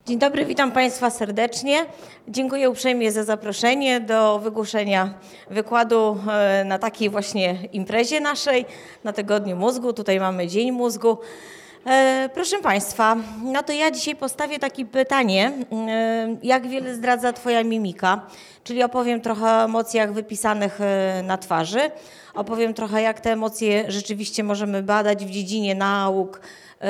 Dzień dobry, witam Państwa serdecznie. Dziękuję uprzejmie za zaproszenie do wygłoszenia wykładu na takiej właśnie imprezie naszej, na Tygodniu Mózgu. Tutaj mamy Dzień Mózgu. Proszę Państwa, no to ja dzisiaj postawię takie pytanie, jak wiele zdradza Twoja mimika, czyli opowiem trochę o emocjach wypisanych na twarzy, opowiem trochę, jak te emocje rzeczywiście możemy badać w dziedzinie nauk,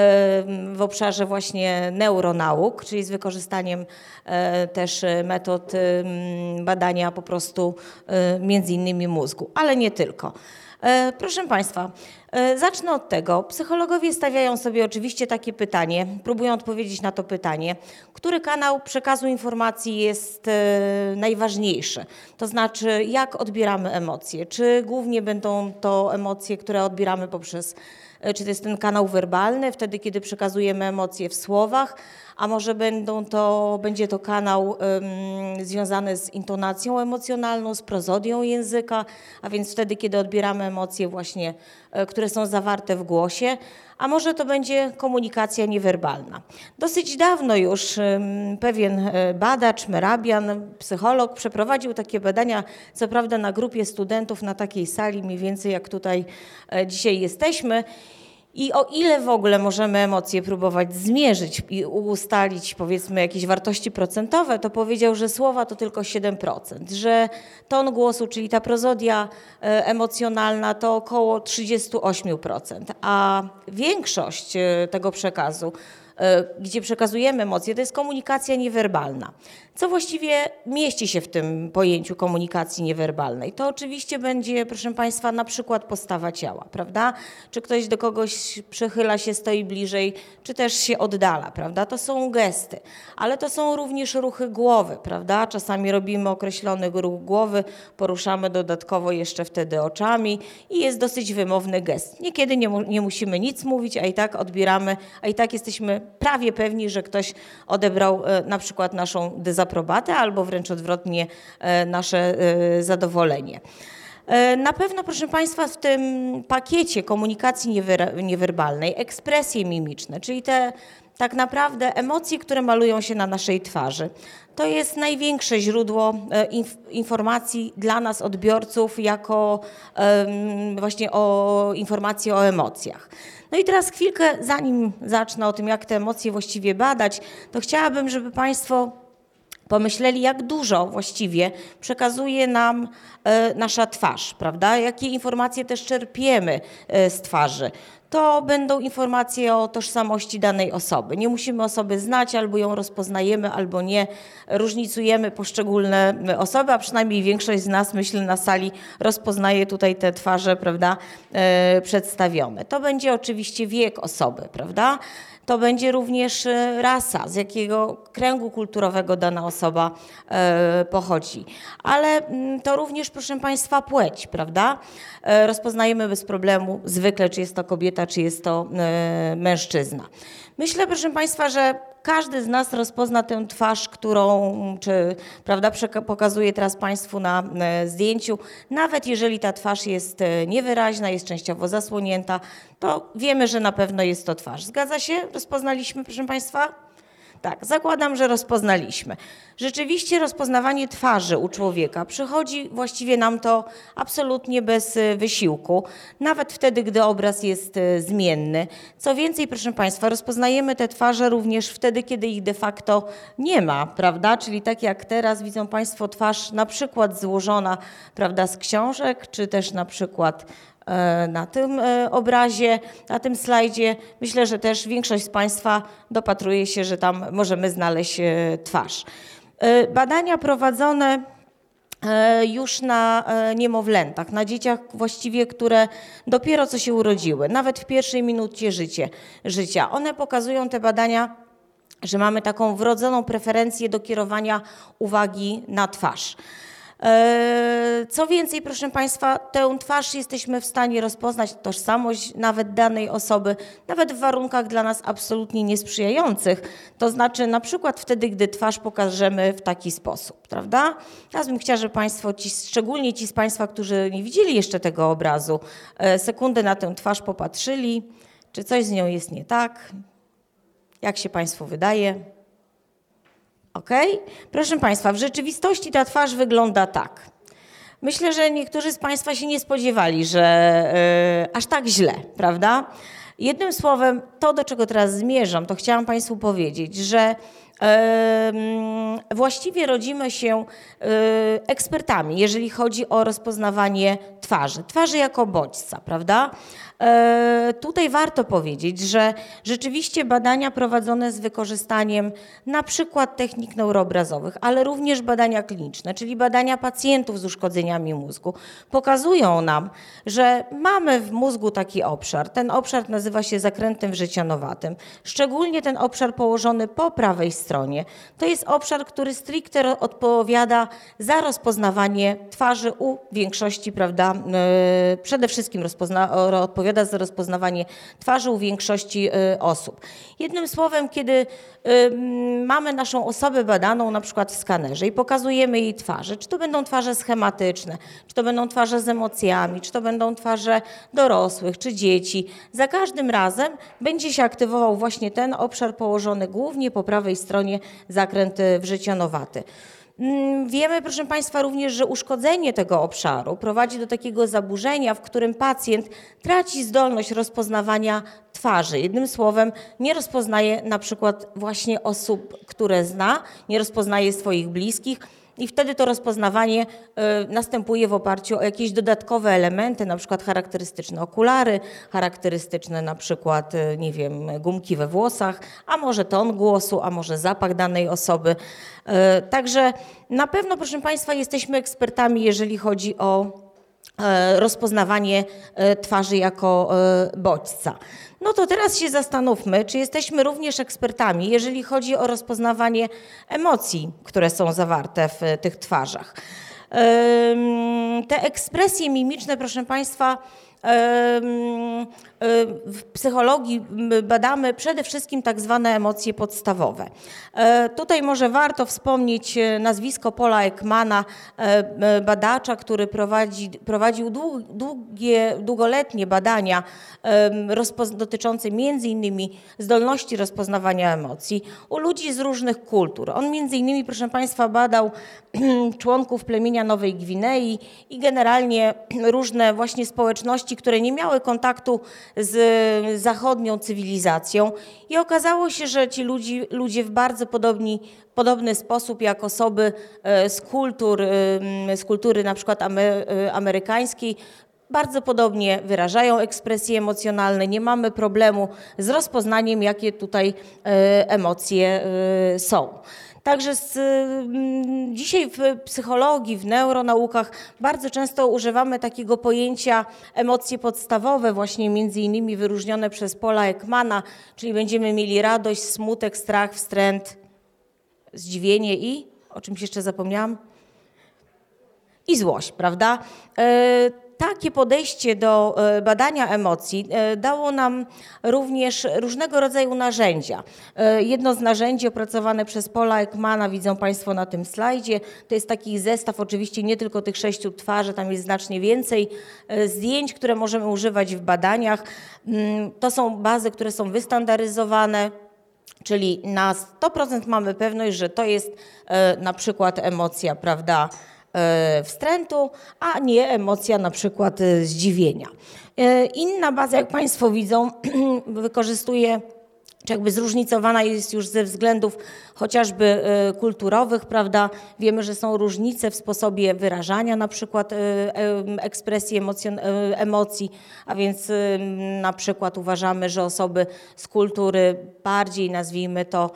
w obszarze właśnie neuronauk, czyli z wykorzystaniem też metod badania po prostu między innymi mózgu, ale nie tylko. Proszę Państwa, zacznę od tego. Psychologowie stawiają sobie oczywiście takie pytanie, próbują odpowiedzieć na to pytanie, który kanał przekazu informacji jest najważniejszy? To znaczy, jak odbieramy emocje? Czy głównie będą to emocje, które odbieramy poprzez, czy to jest ten kanał werbalny, wtedy kiedy przekazujemy emocje w słowach, a może będzie to kanał związany z intonacją emocjonalną, z prozodią języka, a więc wtedy, kiedy odbieramy emocje właśnie, które są zawarte w głosie, a może to będzie komunikacja niewerbalna. Dosyć dawno już pewien badacz, Mehrabian, psycholog, przeprowadził takie badania, co prawda na grupie studentów, na takiej sali, mniej więcej jak tutaj dzisiaj jesteśmy. I o ile w ogóle możemy emocje próbować zmierzyć i ustalić, powiedzmy, jakieś wartości procentowe, to powiedział, że słowa to tylko 7%, że ton głosu, czyli ta prozodia emocjonalna, to około 38%, a większość tego przekazu, gdzie przekazujemy emocje, to jest komunikacja niewerbalna. Co właściwie mieści się w tym pojęciu komunikacji niewerbalnej? To oczywiście będzie, proszę Państwa, na przykład postawa ciała, prawda? Czy ktoś do kogoś przychyla się, stoi bliżej, czy też się oddala, prawda? To są gesty, ale to są również ruchy głowy, prawda? Czasami robimy określony ruch głowy, poruszamy dodatkowo jeszcze wtedy oczami i jest dosyć wymowny gest. Niekiedy nie musimy nic mówić, a i tak odbieramy, a i tak jesteśmy prawie pewni, że ktoś odebrał na przykład naszą dezaprobatę albo wręcz odwrotnie nasze zadowolenie. Na pewno, proszę Państwa, w tym pakiecie komunikacji niewerbalnej ekspresje mimiczne, czyli te tak naprawdę emocje, które malują się na naszej twarzy, to jest największe źródło informacji dla nas, odbiorców, jako właśnie informacji o emocjach. No i teraz chwilkę, zanim zacznę o tym, jak te emocje właściwie badać, to chciałabym, żeby Państwo pomyśleli, jak dużo właściwie przekazuje nam nasza twarz, prawda? Jakie informacje też czerpiemy z twarzy. To będą informacje o tożsamości danej osoby. Nie musimy osoby znać, albo ją rozpoznajemy, albo nie. Różnicujemy poszczególne osoby, a przynajmniej większość z nas, myślę, na sali rozpoznaje tutaj te twarze, prawda, przedstawione. To będzie oczywiście wiek osoby, prawda? To będzie również rasa, z jakiego kręgu kulturowego dana osoba pochodzi. Ale to również, proszę Państwa, płeć, prawda? Rozpoznajemy bez problemu zwykle, czy jest to kobieta, czy jest to mężczyzna. Myślę, proszę Państwa, że każdy z nas rozpozna tę twarz, prawda, pokazuję teraz Państwu na zdjęciu. Nawet jeżeli ta twarz jest niewyraźna, jest częściowo zasłonięta, to wiemy, że na pewno jest to twarz. Zgadza się? Rozpoznaliśmy, proszę Państwa? Tak, zakładam, że rozpoznaliśmy. Rzeczywiście rozpoznawanie twarzy u człowieka przychodzi właściwie nam to absolutnie bez wysiłku, nawet wtedy, gdy obraz jest zmienny. Co więcej, proszę Państwa, rozpoznajemy te twarze również wtedy, kiedy ich de facto nie ma, prawda? Czyli tak jak teraz widzą Państwo twarz na przykład złożona, prawda, z książek, czy też na przykład na tym obrazie, na tym slajdzie. Myślę, że też większość z Państwa dopatruje się, że tam możemy znaleźć twarz. Badania prowadzone już na niemowlętach, na dzieciach właściwie, które dopiero co się urodziły, nawet w pierwszej minucie życia. One pokazują, te badania, że mamy taką wrodzoną preferencję do kierowania uwagi na twarz. Co więcej, proszę Państwa, tę twarz jesteśmy w stanie rozpoznać, tożsamość nawet danej osoby, nawet w warunkach dla nas absolutnie niesprzyjających. To znaczy na przykład wtedy, gdy twarz pokażemy w taki sposób, prawda? Teraz bym chciała, żeby Państwo, szczególnie ci z Państwa, którzy nie widzieli jeszcze tego obrazu, sekundę na tę twarz popatrzyli, czy coś z nią jest nie tak, jak się Państwu wydaje. Okej? Proszę Państwa, w rzeczywistości ta twarz wygląda tak. Myślę, że niektórzy z Państwa się nie spodziewali, że aż tak źle, prawda? Jednym słowem, to do czego teraz zmierzam, to chciałam Państwu powiedzieć, że właściwie rodzimy się ekspertami, jeżeli chodzi o rozpoznawanie twarzy jako bodźca, prawda? Tutaj warto powiedzieć, że rzeczywiście badania prowadzone z wykorzystaniem na przykład technik neuroobrazowych, ale również badania kliniczne, czyli badania pacjentów z uszkodzeniami mózgu, pokazują nam, że mamy w mózgu taki obszar. Ten obszar nazywa się zakrętem wrzecionowatym. Szczególnie ten obszar położony po prawej stronie. To jest obszar, który stricte odpowiada za rozpoznawanie twarzy u większości, prawda, przede wszystkim odpowiada za rozpoznawanie twarzy u większości osób. Jednym słowem, kiedy mamy naszą osobę badaną na przykład w skanerze i pokazujemy jej twarze, czy to będą twarze schematyczne, czy to będą twarze z emocjami, czy to będą twarze dorosłych, czy dzieci, za każdym razem będzie się aktywował właśnie ten obszar położony głównie po prawej stronie, zakręt wrzecionowaty. Wiemy, proszę Państwa, również, że uszkodzenie tego obszaru prowadzi do takiego zaburzenia, w którym pacjent traci zdolność rozpoznawania twarzy. Jednym słowem, nie rozpoznaje na przykład właśnie osób, które zna, nie rozpoznaje swoich bliskich i wtedy to rozpoznawanie następuje w oparciu o jakieś dodatkowe elementy, na przykład charakterystyczne okulary, charakterystyczne na przykład, nie wiem, gumki we włosach, a może ton głosu, a może zapach danej osoby. Także na pewno, proszę Państwa, jesteśmy ekspertami, jeżeli chodzi o rozpoznawanie twarzy jako bodźca. No to teraz się zastanówmy, czy jesteśmy również ekspertami, jeżeli chodzi o rozpoznawanie emocji, które są zawarte w tych twarzach. Te ekspresje mimiczne, proszę Państwa, w psychologii badamy przede wszystkim tak zwane emocje podstawowe. Tutaj może warto wspomnieć nazwisko Paula Ekmana, badacza, który prowadził długoletnie badania dotyczące między innymi zdolności rozpoznawania emocji u ludzi z różnych kultur. On między innymi, proszę Państwa, badał członków plemienia Nowej Gwinei i generalnie różne właśnie społeczności, które nie miały kontaktu z zachodnią cywilizacją i okazało się, że ci ludzie w bardzo podobny sposób jak osoby z kultury na przykład amerykańskiej bardzo podobnie wyrażają ekspresje emocjonalne. Nie mamy problemu z rozpoznaniem, jakie tutaj emocje są. Także dzisiaj w psychologii, w neuronaukach bardzo często używamy takiego pojęcia emocje podstawowe, właśnie między innymi wyróżnione przez Paula Ekmana, czyli będziemy mieli radość, smutek, strach, wstręt, zdziwienie i, o czymś jeszcze zapomniałam, i złość, prawda? Takie podejście do badania emocji dało nam również różnego rodzaju narzędzia. Jedno z narzędzi opracowane przez Paula Ekmana, widzą Państwo na tym slajdzie, to jest taki zestaw, oczywiście nie tylko tych 6 twarzy, tam jest znacznie więcej zdjęć, które możemy używać w badaniach. To są bazy, które są wystandaryzowane, czyli na 100% mamy pewność, że to jest na przykład emocja, prawda, wstrętu, a nie emocja na przykład zdziwienia. Inna baza, jak Państwo widzą, wykorzystuje, czy jakby zróżnicowana jest już ze względów chociażby kulturowych, prawda? Wiemy, że są różnice w sposobie wyrażania na przykład ekspresji emocji, a więc na przykład uważamy, że osoby z kultury bardziej, nazwijmy to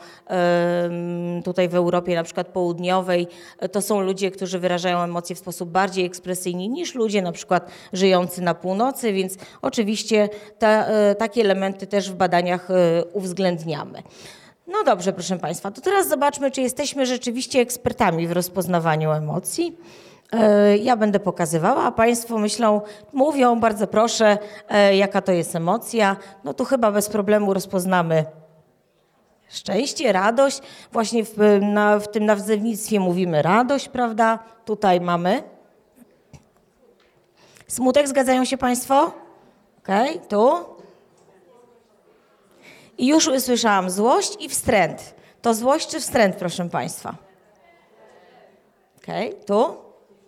tutaj w Europie na przykład południowej, to są ludzie, którzy wyrażają emocje w sposób bardziej ekspresyjny niż ludzie na przykład żyjący na północy, więc oczywiście takie elementy też w badaniach uwzględniamy. No dobrze, proszę Państwa, to teraz zobaczmy, czy jesteśmy rzeczywiście ekspertami w rozpoznawaniu emocji. Ja będę pokazywała, a Państwo mówią, bardzo proszę, jaka to jest emocja. No tu chyba bez problemu rozpoznamy szczęście, radość. Właśnie w tym nazewnictwie mówimy radość, prawda? Tutaj mamy smutek, zgadzają się Państwo? Okej, tu. I już usłyszałam złość i wstręt. To złość czy wstręt, proszę Państwa? Okej, tu?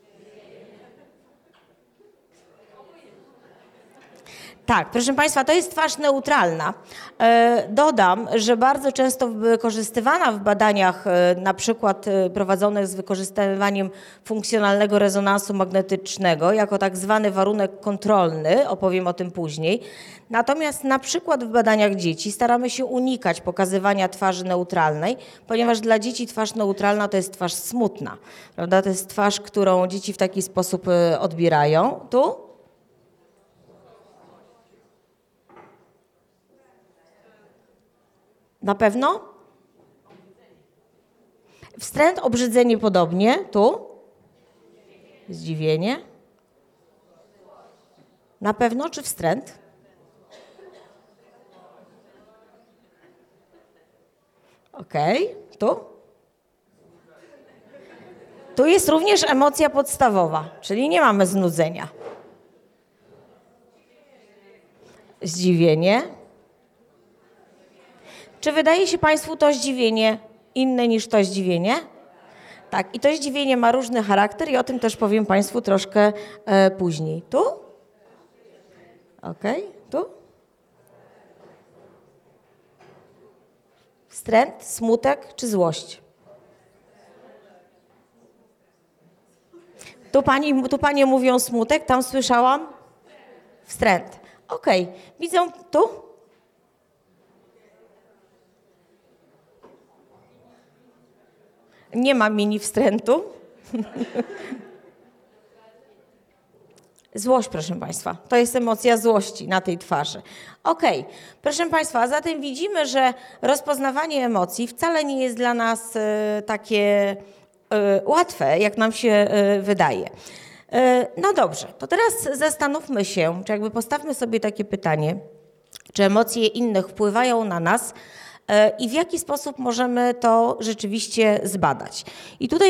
Tak, proszę Państwa, to jest twarz neutralna. Dodam, że bardzo często wykorzystywana w badaniach na przykład prowadzonych z wykorzystywaniem funkcjonalnego rezonansu magnetycznego jako tak zwany warunek kontrolny, opowiem o tym później. Natomiast na przykład w badaniach dzieci staramy się unikać pokazywania twarzy neutralnej, ponieważ dla dzieci twarz neutralna to jest twarz smutna, prawda? To jest twarz, którą dzieci w taki sposób odbierają. Tu? Na pewno? Wstręt, obrzydzenie podobnie. Tu? Zdziwienie. Na pewno czy wstręt? Okej. Tu? Tu jest również emocja podstawowa, czyli nie mamy znudzenia. Zdziwienie. Czy wydaje się Państwu to zdziwienie inne niż to zdziwienie? Tak, i to zdziwienie ma różny charakter i o tym też powiem Państwu troszkę później. Tu? Okej, tu? Wstręt, smutek czy złość? Tu panie mówią smutek, tam słyszałam? Wstręt. Okej, widzą tu? Nie ma mini wstrętu. Złość, proszę Państwa. To jest emocja złości na tej twarzy. Okej. Proszę Państwa, a zatem widzimy, że rozpoznawanie emocji wcale nie jest dla nas takie łatwe, jak nam się wydaje. No dobrze, to teraz zastanówmy się, czy jakby postawmy sobie takie pytanie, czy emocje innych wpływają na nas, i w jaki sposób możemy to rzeczywiście zbadać. I tutaj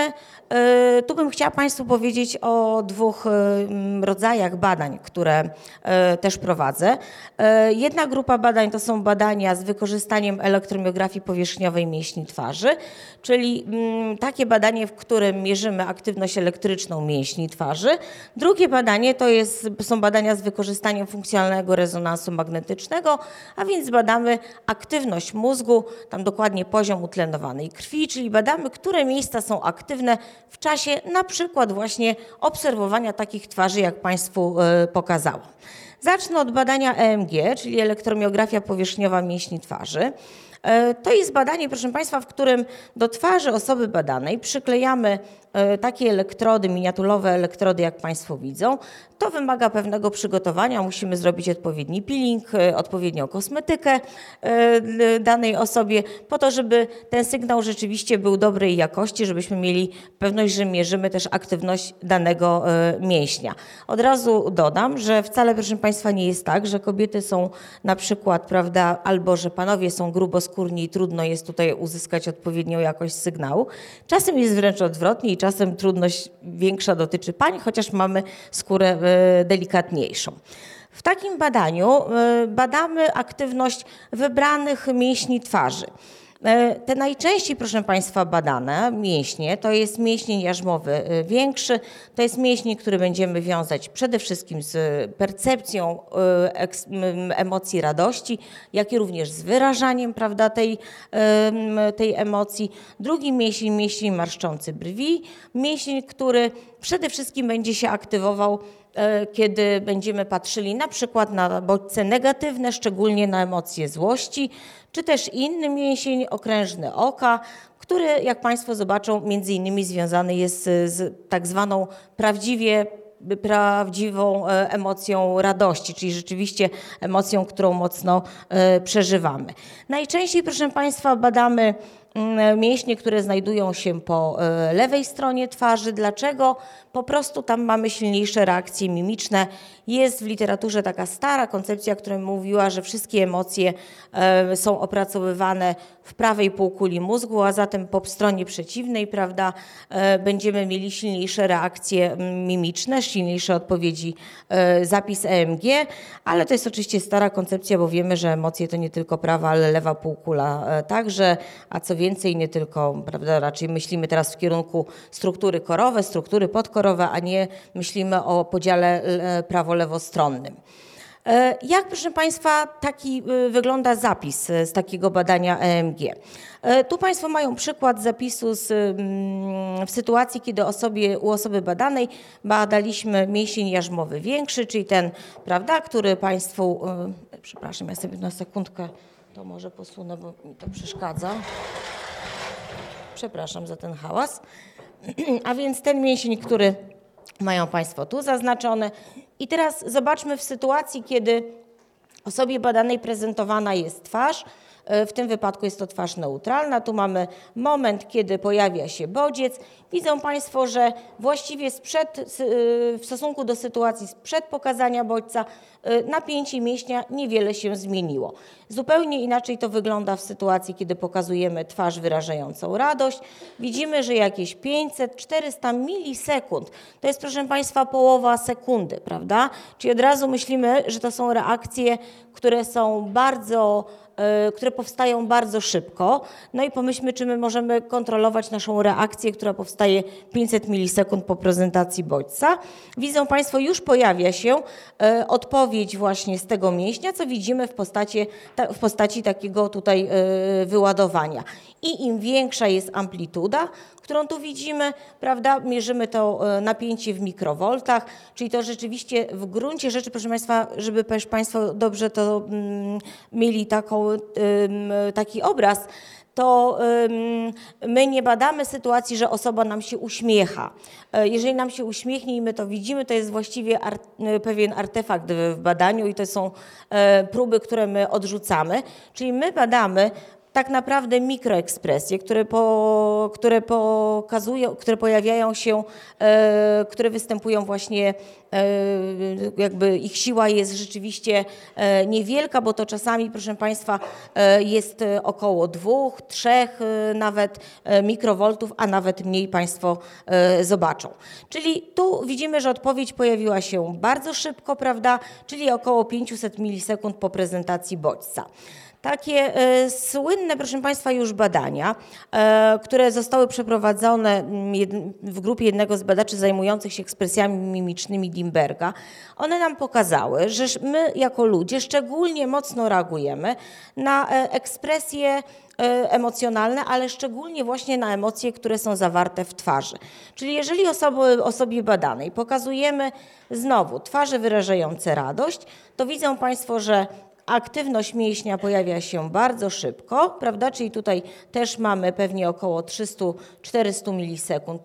tu bym chciała Państwu powiedzieć o dwóch rodzajach badań, które też prowadzę. Jedna grupa badań to są badania z wykorzystaniem elektromiografii powierzchniowej mięśni twarzy, czyli takie badanie, w którym mierzymy aktywność elektryczną mięśni twarzy. Drugie badanie są badania z wykorzystaniem funkcjonalnego rezonansu magnetycznego, a więc badamy aktywność mózgu, tam dokładnie poziom utlenowanej krwi, czyli badamy, które miejsca są aktywne w czasie na przykład właśnie obserwowania takich twarzy, jak Państwu pokazałam. Zacznę od badania EMG, czyli elektromiografia powierzchniowa mięśni twarzy. To jest badanie, proszę Państwa, w którym do twarzy osoby badanej przyklejamy takie elektrody, miniaturowe elektrody, jak Państwo widzą. To wymaga pewnego przygotowania. Musimy zrobić odpowiedni peeling, odpowiednią kosmetykę danej osobie, po to, żeby ten sygnał rzeczywiście był dobrej jakości, żebyśmy mieli pewność, że mierzymy też aktywność danego mięśnia. Od razu dodam, że wcale, proszę Państwa, nie jest tak, że kobiety są na przykład, prawda, albo że panowie są gruboskórni i trudno jest tutaj uzyskać odpowiednią jakość sygnału. Czasem jest wręcz odwrotnie i czasem trudność większa dotyczy pań, chociaż mamy skórę delikatniejszą. W takim badaniu badamy aktywność wybranych mięśni twarzy. Te najczęściej, proszę Państwa, badane mięśnie to jest mięsień jarzmowy większy, to jest mięsień, który będziemy wiązać przede wszystkim z percepcją emocji radości, jak i również z wyrażaniem, prawda, tej emocji. Drugi mięsień marszczący brwi, mięsień, który przede wszystkim będzie się aktywował, kiedy będziemy patrzyli na przykład na bodźce negatywne, szczególnie na emocje złości, czy też inny mięsień okrężny oka, który, jak Państwo zobaczą, między innymi związany jest z tak zwaną prawdziwą emocją radości, czyli rzeczywiście emocją, którą mocno przeżywamy. Najczęściej, proszę Państwa, badamy mięśnie, które znajdują się po lewej stronie twarzy. Dlaczego? Po prostu tam mamy silniejsze reakcje mimiczne. Jest w literaturze taka stara koncepcja, która mówiła, że wszystkie emocje są opracowywane w prawej półkuli mózgu, a zatem po stronie przeciwnej, prawda, będziemy mieli silniejsze reakcje mimiczne, silniejsze odpowiedzi, zapis EMG, ale to jest oczywiście stara koncepcja, bo wiemy, że emocje to nie tylko prawa, ale lewa półkula także, a co więcej, nie tylko, prawda, raczej myślimy teraz w kierunku struktury korowe, struktury podkorowe, a nie myślimy o podziale prawo-lewostronnym. Jak, proszę Państwa, taki wygląda zapis z takiego badania EMG? Tu Państwo mają przykład zapisu w sytuacji, kiedy u osoby badanej badaliśmy mięsień jarzmowy większy, czyli ten, prawda, który Państwu, przepraszam, ja sobie na sekundkę to może posunę, bo mi to przeszkadza. Przepraszam za ten hałas. A więc ten mięsień, który mają Państwo tu zaznaczony. I teraz zobaczmy w sytuacji, kiedy osobie badanej prezentowana jest twarz. W tym wypadku jest to twarz neutralna. Tu mamy moment, kiedy pojawia się bodziec. Widzą Państwo, że właściwie w stosunku do sytuacji sprzed pokazania bodźca napięcie mięśnia niewiele się zmieniło. Zupełnie inaczej to wygląda w sytuacji, kiedy pokazujemy twarz wyrażającą radość. Widzimy, że jakieś 500-400 milisekund to jest, proszę Państwa, połowa sekundy, prawda? Czyli od razu myślimy, że to są reakcje, które powstają bardzo szybko. No i pomyślmy, czy my możemy kontrolować naszą reakcję, która powstaje 500 milisekund po prezentacji bodźca. Widzą Państwo, już pojawia się odpowiedź właśnie z tego mięśnia, co widzimy w postaci takiego tutaj wyładowania. I im większa jest amplituda, którą tu widzimy, prawda, mierzymy to napięcie w mikrowoltach, czyli to rzeczywiście w gruncie rzeczy, proszę Państwa, żeby Państwo dobrze to mieli taki obraz, to my nie badamy sytuacji, że osoba nam się uśmiecha. Jeżeli nam się uśmiechnie i my to widzimy, to jest właściwie pewien artefakt w badaniu i to są próby, które my odrzucamy. Czyli my badamy tak naprawdę mikroekspresje, które pojawiają się, które występują właśnie, jakby ich siła jest rzeczywiście niewielka, bo to czasami, proszę Państwa, jest około 2-3 nawet mikrowoltów, a nawet mniej Państwo zobaczą. Czyli tu widzimy, że odpowiedź pojawiła się bardzo szybko, prawda, czyli około 500 milisekund po prezentacji bodźca. Takie słynne, proszę Państwa, już badania, które zostały przeprowadzone w grupie jednego z badaczy zajmujących się ekspresjami mimicznymi Dimberga, one nam pokazały, że my jako ludzie szczególnie mocno reagujemy na ekspresje emocjonalne, ale szczególnie właśnie na emocje, które są zawarte w twarzy. Czyli jeżeli osobie badanej pokazujemy znowu twarze wyrażające radość, to widzą Państwo, że aktywność mięśnia pojawia się bardzo szybko, prawda? Czyli tutaj też mamy pewnie około 300-400 milisekund,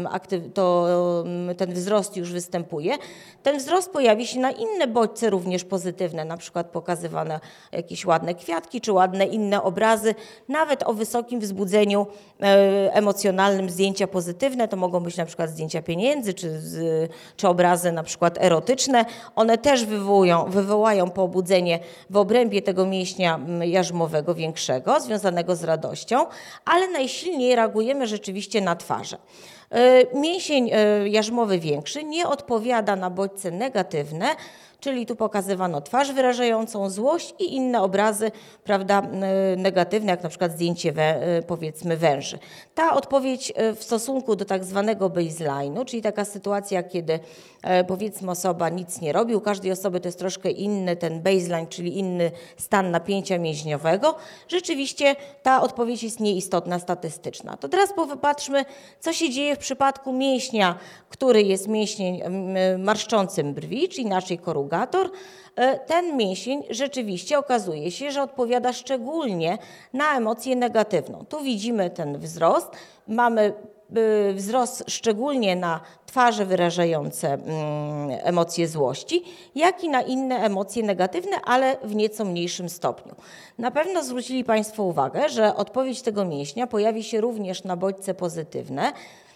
ten wzrost już występuje. Ten wzrost pojawi się na inne bodźce również pozytywne, na przykład pokazywane jakieś ładne kwiatki czy ładne inne obrazy, nawet o wysokim wzbudzeniu emocjonalnym zdjęcia pozytywne, to mogą być na przykład zdjęcia pieniędzy czy obrazy na przykład erotyczne. One też wywołają pobudzenie w obrębie tego mięśnia jarzmowego większego, związanego z radością, ale najsilniej reagujemy rzeczywiście na twarze. Mięsień jarzmowy większy nie odpowiada na bodźce negatywne, czyli tu pokazywano twarz wyrażającą złość i inne obrazy, prawda, negatywne, jak na przykład zdjęcie powiedzmy węży. Ta odpowiedź w stosunku do tak zwanego baseline'u, czyli taka sytuacja, kiedy powiedzmy osoba nic nie robi, u każdej osoby to jest troszkę inny ten baseline, czyli inny stan napięcia mięśniowego, rzeczywiście ta odpowiedź jest nieistotna, statystyczna. To teraz popatrzmy, co się dzieje w przypadku mięśnia, który jest mięśniem marszczącym brwi, czy inaczej korugator. Ten mięsień rzeczywiście okazuje się, że odpowiada szczególnie na emocję negatywną. Tu widzimy ten wzrost. Mamy wzrost szczególnie na twarze wyrażające emocje złości, jak i na inne emocje negatywne, ale w nieco mniejszym stopniu. Na pewno zwrócili Państwo uwagę, że odpowiedź tego mięśnia pojawi się również na bodźce pozytywne.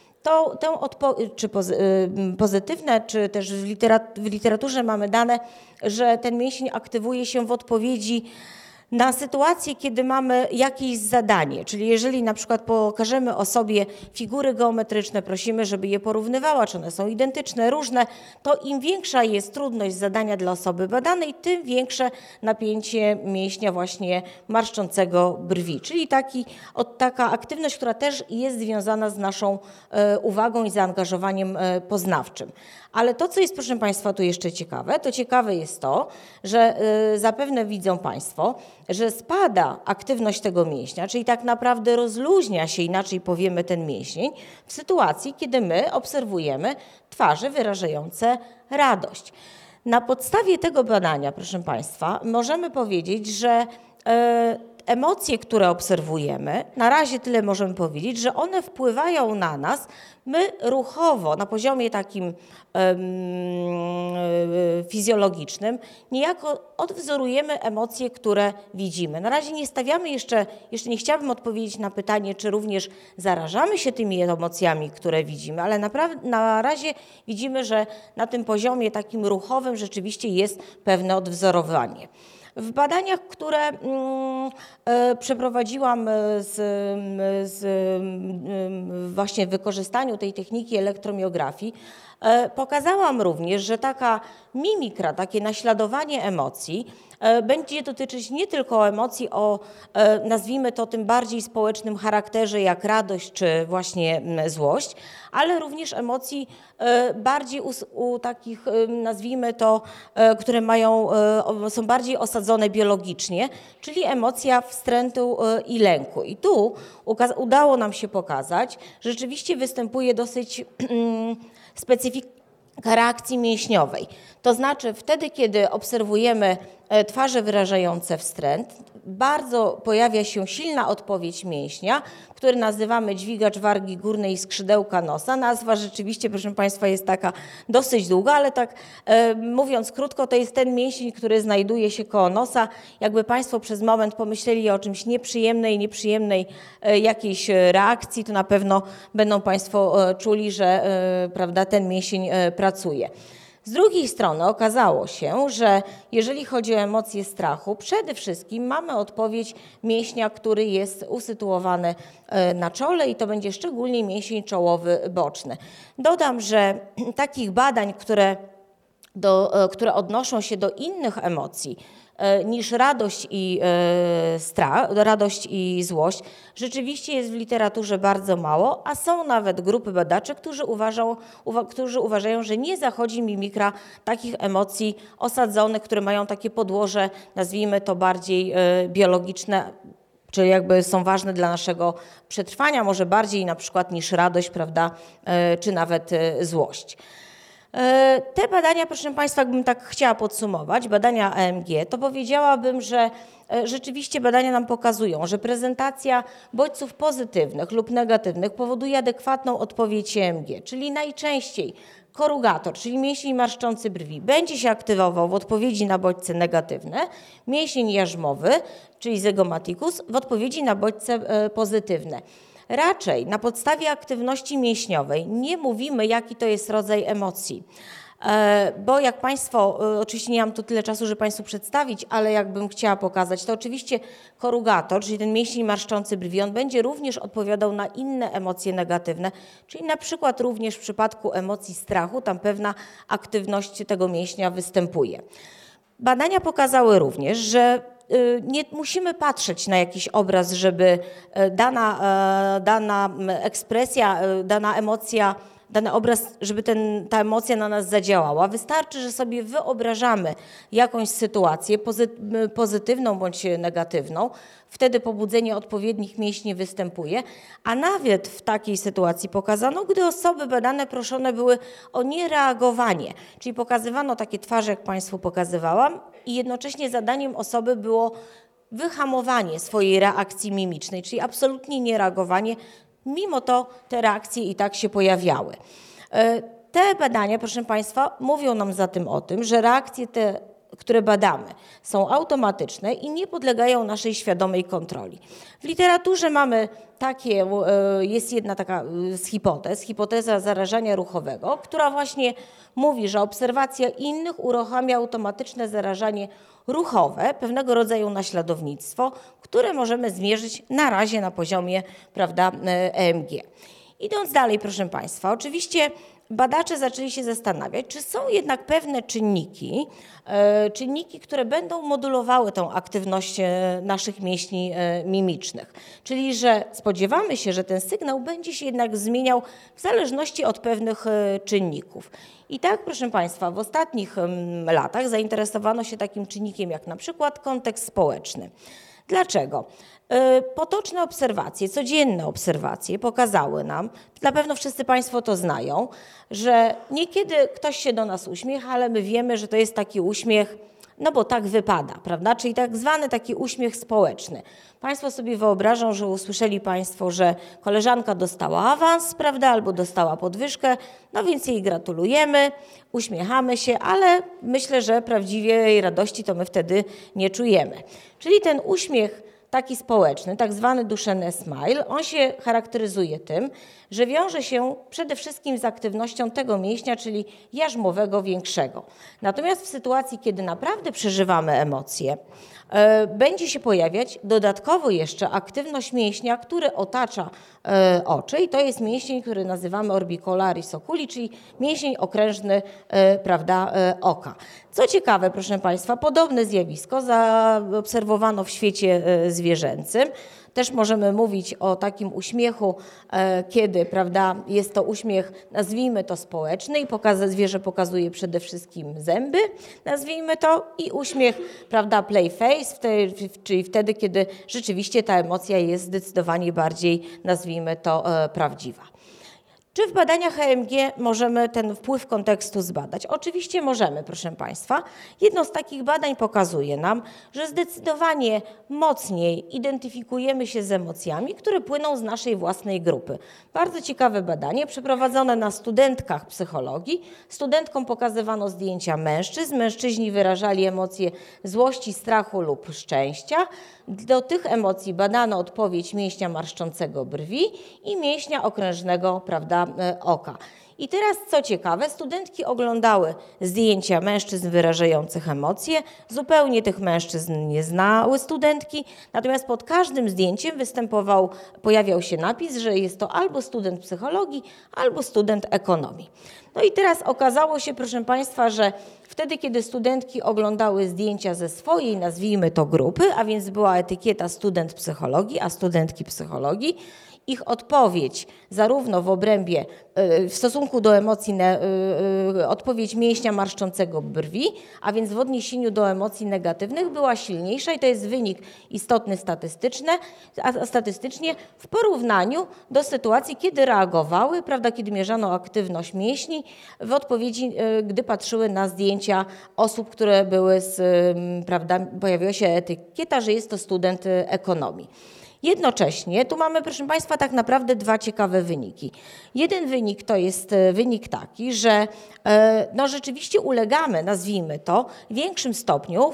Pozytywne, czy też w literaturze mamy dane, że ten mięsień aktywuje się w odpowiedzi Na sytuację, kiedy mamy jakieś zadanie, czyli jeżeli na przykład pokażemy osobie figury geometryczne, prosimy, żeby je porównywała, czy one są identyczne, różne, to im większa jest trudność zadania dla osoby badanej, tym większe napięcie mięśnia właśnie marszczącego brwi, czyli taka aktywność, która też jest związana z naszą uwagą i zaangażowaniem poznawczym. Ale to, co jest, proszę Państwa, tu jeszcze ciekawe, to ciekawe jest to, że zapewne widzą Państwo, że spada aktywność tego mięśnia, czyli tak naprawdę rozluźnia się, inaczej powiemy, ten mięsień w sytuacji, kiedy my obserwujemy twarze wyrażające radość. Na podstawie tego badania, proszę Państwa, możemy powiedzieć, że emocje, które obserwujemy, na razie tyle możemy powiedzieć, że one wpływają na nas, my ruchowo, na poziomie takim fizjologicznym, niejako odwzorujemy emocje, które widzimy. Na razie nie stawiamy jeszcze nie chciałabym odpowiedzieć na pytanie, czy również zarażamy się tymi emocjami, które widzimy, ale na razie widzimy, że na tym poziomie takim ruchowym rzeczywiście jest pewne odwzorowanie. W badaniach, które przeprowadziłam właśnie w wykorzystaniu tej techniki elektromiografii, pokazałam również, że taka mimikra, takie naśladowanie emocji będzie dotyczyć nie tylko emocji o, nazwijmy to, tym bardziej społecznym charakterze, jak radość czy właśnie złość, ale również emocji bardziej u takich, nazwijmy to, które są bardziej osadzone biologicznie, czyli emocja wstrętu i lęku. I tu udało nam się pokazać, że rzeczywiście występuje dosyć specyfika reakcji mięśniowej. To znaczy wtedy, kiedy obserwujemy twarze wyrażające wstręt, bardzo pojawia się silna odpowiedź mięśnia, który nazywamy dźwigacz wargi górnej i skrzydełka nosa. Nazwa rzeczywiście, proszę Państwa, jest taka dosyć długa, ale tak mówiąc krótko, to jest ten mięsień, który znajduje się koło nosa. Jakby Państwo przez moment pomyśleli o czymś nieprzyjemnej jakiejś reakcji, to na pewno będą Państwo czuli, że prawda, ten mięsień pracuje. Z drugiej strony okazało się, że jeżeli chodzi o emocje strachu, przede wszystkim mamy odpowiedź mięśnia, który jest usytuowany na czole i to będzie szczególnie mięsień czołowy boczny. Dodam, że takich badań, które odnoszą się do innych emocji niż radość i złość, rzeczywiście jest w literaturze bardzo mało, a są nawet grupy badaczy, którzy uważają, że nie zachodzi mimikra takich emocji osadzonych, które mają takie podłoże, nazwijmy to bardziej biologiczne, czyli jakby są ważne dla naszego przetrwania, może bardziej na przykład niż radość, prawda, czy nawet złość. Te badania, proszę Państwa, jakbym tak chciała podsumować, badania EMG, to powiedziałabym, że rzeczywiście badania nam pokazują, że prezentacja bodźców pozytywnych lub negatywnych powoduje adekwatną odpowiedź EMG, czyli najczęściej korugator, czyli mięsień marszczący brwi, będzie się aktywował w odpowiedzi na bodźce negatywne, mięsień jarzmowy, czyli zygomaticus, w odpowiedzi na bodźce pozytywne. Raczej na podstawie aktywności mięśniowej nie mówimy, jaki to jest rodzaj emocji. Bo jak Państwo, oczywiście nie mam tu tyle czasu, żeby Państwu przedstawić, ale jakbym chciała pokazać, to oczywiście korugator, czyli ten mięsień marszczący brwi, on będzie również odpowiadał na inne emocje negatywne, czyli na przykład również w przypadku emocji strachu, tam pewna aktywność tego mięśnia występuje. Badania pokazały również, że nie musimy patrzeć na jakiś obraz, żeby dana ekspresja, dana emocja, dany obraz, żeby ta emocja na nas zadziałała. Wystarczy, że sobie wyobrażamy jakąś sytuację pozytywną bądź negatywną. Wtedy pobudzenie odpowiednich mięśni występuje, a nawet w takiej sytuacji pokazano, gdy osoby badane proszone były o niereagowanie, czyli pokazywano takie twarze, jak Państwu pokazywałam, i jednocześnie zadaniem osoby było wyhamowanie swojej reakcji mimicznej, czyli absolutnie niereagowanie. Mimo to te reakcje i tak się pojawiały. Te badania, proszę Państwa, mówią nam zatem o tym, że reakcje te które badamy, są automatyczne i nie podlegają naszej świadomej kontroli. W literaturze mamy jest jedna taka z hipoteza zarażania ruchowego, która właśnie mówi, że obserwacja innych uruchamia automatyczne zarażanie ruchowe, pewnego rodzaju naśladownictwo, które możemy zmierzyć na razie na poziomie, prawda, EMG. Idąc dalej, proszę Państwa, oczywiście badacze zaczęli się zastanawiać, czy są jednak pewne czynniki, które będą modulowały tą aktywność naszych mięśni mimicznych. Czyli, że spodziewamy się, że ten sygnał będzie się jednak zmieniał w zależności od pewnych czynników. I tak, proszę Państwa, w ostatnich latach zainteresowano się takim czynnikiem jak na przykład kontekst społeczny. Dlaczego? Potoczne obserwacje, codzienne obserwacje pokazały nam, na pewno wszyscy Państwo to znają, że niekiedy ktoś się do nas uśmiecha, ale my wiemy, że to jest taki uśmiech, no bo tak wypada, prawda? Czyli tak zwany taki uśmiech społeczny. Państwo sobie wyobrażą, że usłyszeli Państwo, że koleżanka dostała awans, prawda, albo dostała podwyżkę, no więc jej gratulujemy, uśmiechamy się, ale myślę, że prawdziwej radości to my wtedy nie czujemy. Czyli ten uśmiech taki społeczny, tak zwany Duchenne smile, on się charakteryzuje tym, że wiąże się przede wszystkim z aktywnością tego mięśnia, czyli jarzmowego większego. Natomiast w sytuacji, kiedy naprawdę przeżywamy emocje, będzie się pojawiać dodatkowo jeszcze aktywność mięśnia, który otacza oczy i to jest mięsień, który nazywamy orbicularis oculi, czyli mięsień okrężny, prawda, oka. Co ciekawe, proszę Państwa, podobne zjawisko zaobserwowano w świecie zwierzęcym. Też możemy mówić o takim uśmiechu, kiedy, prawda, jest to uśmiech, nazwijmy to społeczny i zwierzę pokazuje przede wszystkim zęby, nazwijmy to, i uśmiech, prawda, play face, czyli wtedy, kiedy rzeczywiście ta emocja jest zdecydowanie bardziej, nazwijmy to, prawdziwa. Czy w badaniach EMG możemy ten wpływ kontekstu zbadać? Oczywiście możemy, proszę Państwa. Jedno z takich badań pokazuje nam, że zdecydowanie mocniej identyfikujemy się z emocjami, które płyną z naszej własnej grupy. Bardzo ciekawe badanie przeprowadzone na studentkach psychologii. Studentkom pokazywano zdjęcia mężczyzn. Mężczyźni wyrażali emocje złości, strachu lub szczęścia. Do tych emocji badano odpowiedź mięśnia marszczącego brwi i mięśnia okrężnego, prawda, oka. I teraz, co ciekawe, studentki oglądały zdjęcia mężczyzn wyrażających emocje. Zupełnie tych mężczyzn nie znały studentki, natomiast pod każdym zdjęciem pojawiał się napis, że jest to albo student psychologii, albo student ekonomii. No i teraz okazało się, proszę Państwa, że wtedy, kiedy studentki oglądały zdjęcia ze swojej, nazwijmy to, grupy, a więc była etykieta student psychologii, a studentki psychologii, ich odpowiedź zarówno w stosunku do emocji, odpowiedź mięśnia marszczącego brwi, a więc w odniesieniu do emocji negatywnych była silniejsza i to jest wynik istotny statystycznie w porównaniu do sytuacji, kiedy reagowały, prawda, kiedy mierzano aktywność mięśni w odpowiedzi, gdy patrzyły na zdjęcia osób, które były prawda, pojawiła się etykieta, że jest to student ekonomii. Jednocześnie tu mamy, proszę Państwa, tak naprawdę dwa ciekawe wyniki. Jeden wynik to jest wynik taki, że no rzeczywiście ulegamy, nazwijmy to, w większym stopniu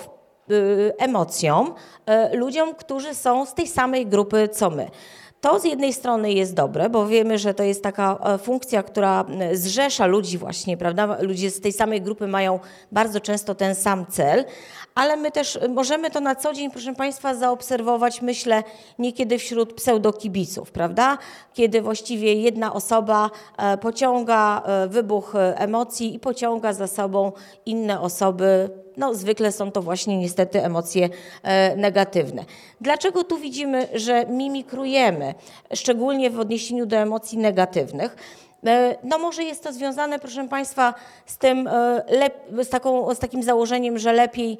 emocjom ludziom, którzy są z tej samej grupy co my. To z jednej strony jest dobre, bo wiemy, że to jest taka funkcja, która zrzesza ludzi właśnie, prawda? Ludzie z tej samej grupy mają bardzo często ten sam cel, ale my też możemy to na co dzień, proszę Państwa, zaobserwować, myślę, niekiedy wśród pseudokibiców, prawda? Kiedy właściwie jedna osoba pociąga wybuch emocji i pociąga za sobą inne osoby. No, zwykle są to właśnie niestety emocje negatywne. Dlaczego tu widzimy, że mimikrujemy, szczególnie w odniesieniu do emocji negatywnych? No może jest to związane, proszę Państwa, z takim założeniem, że lepiej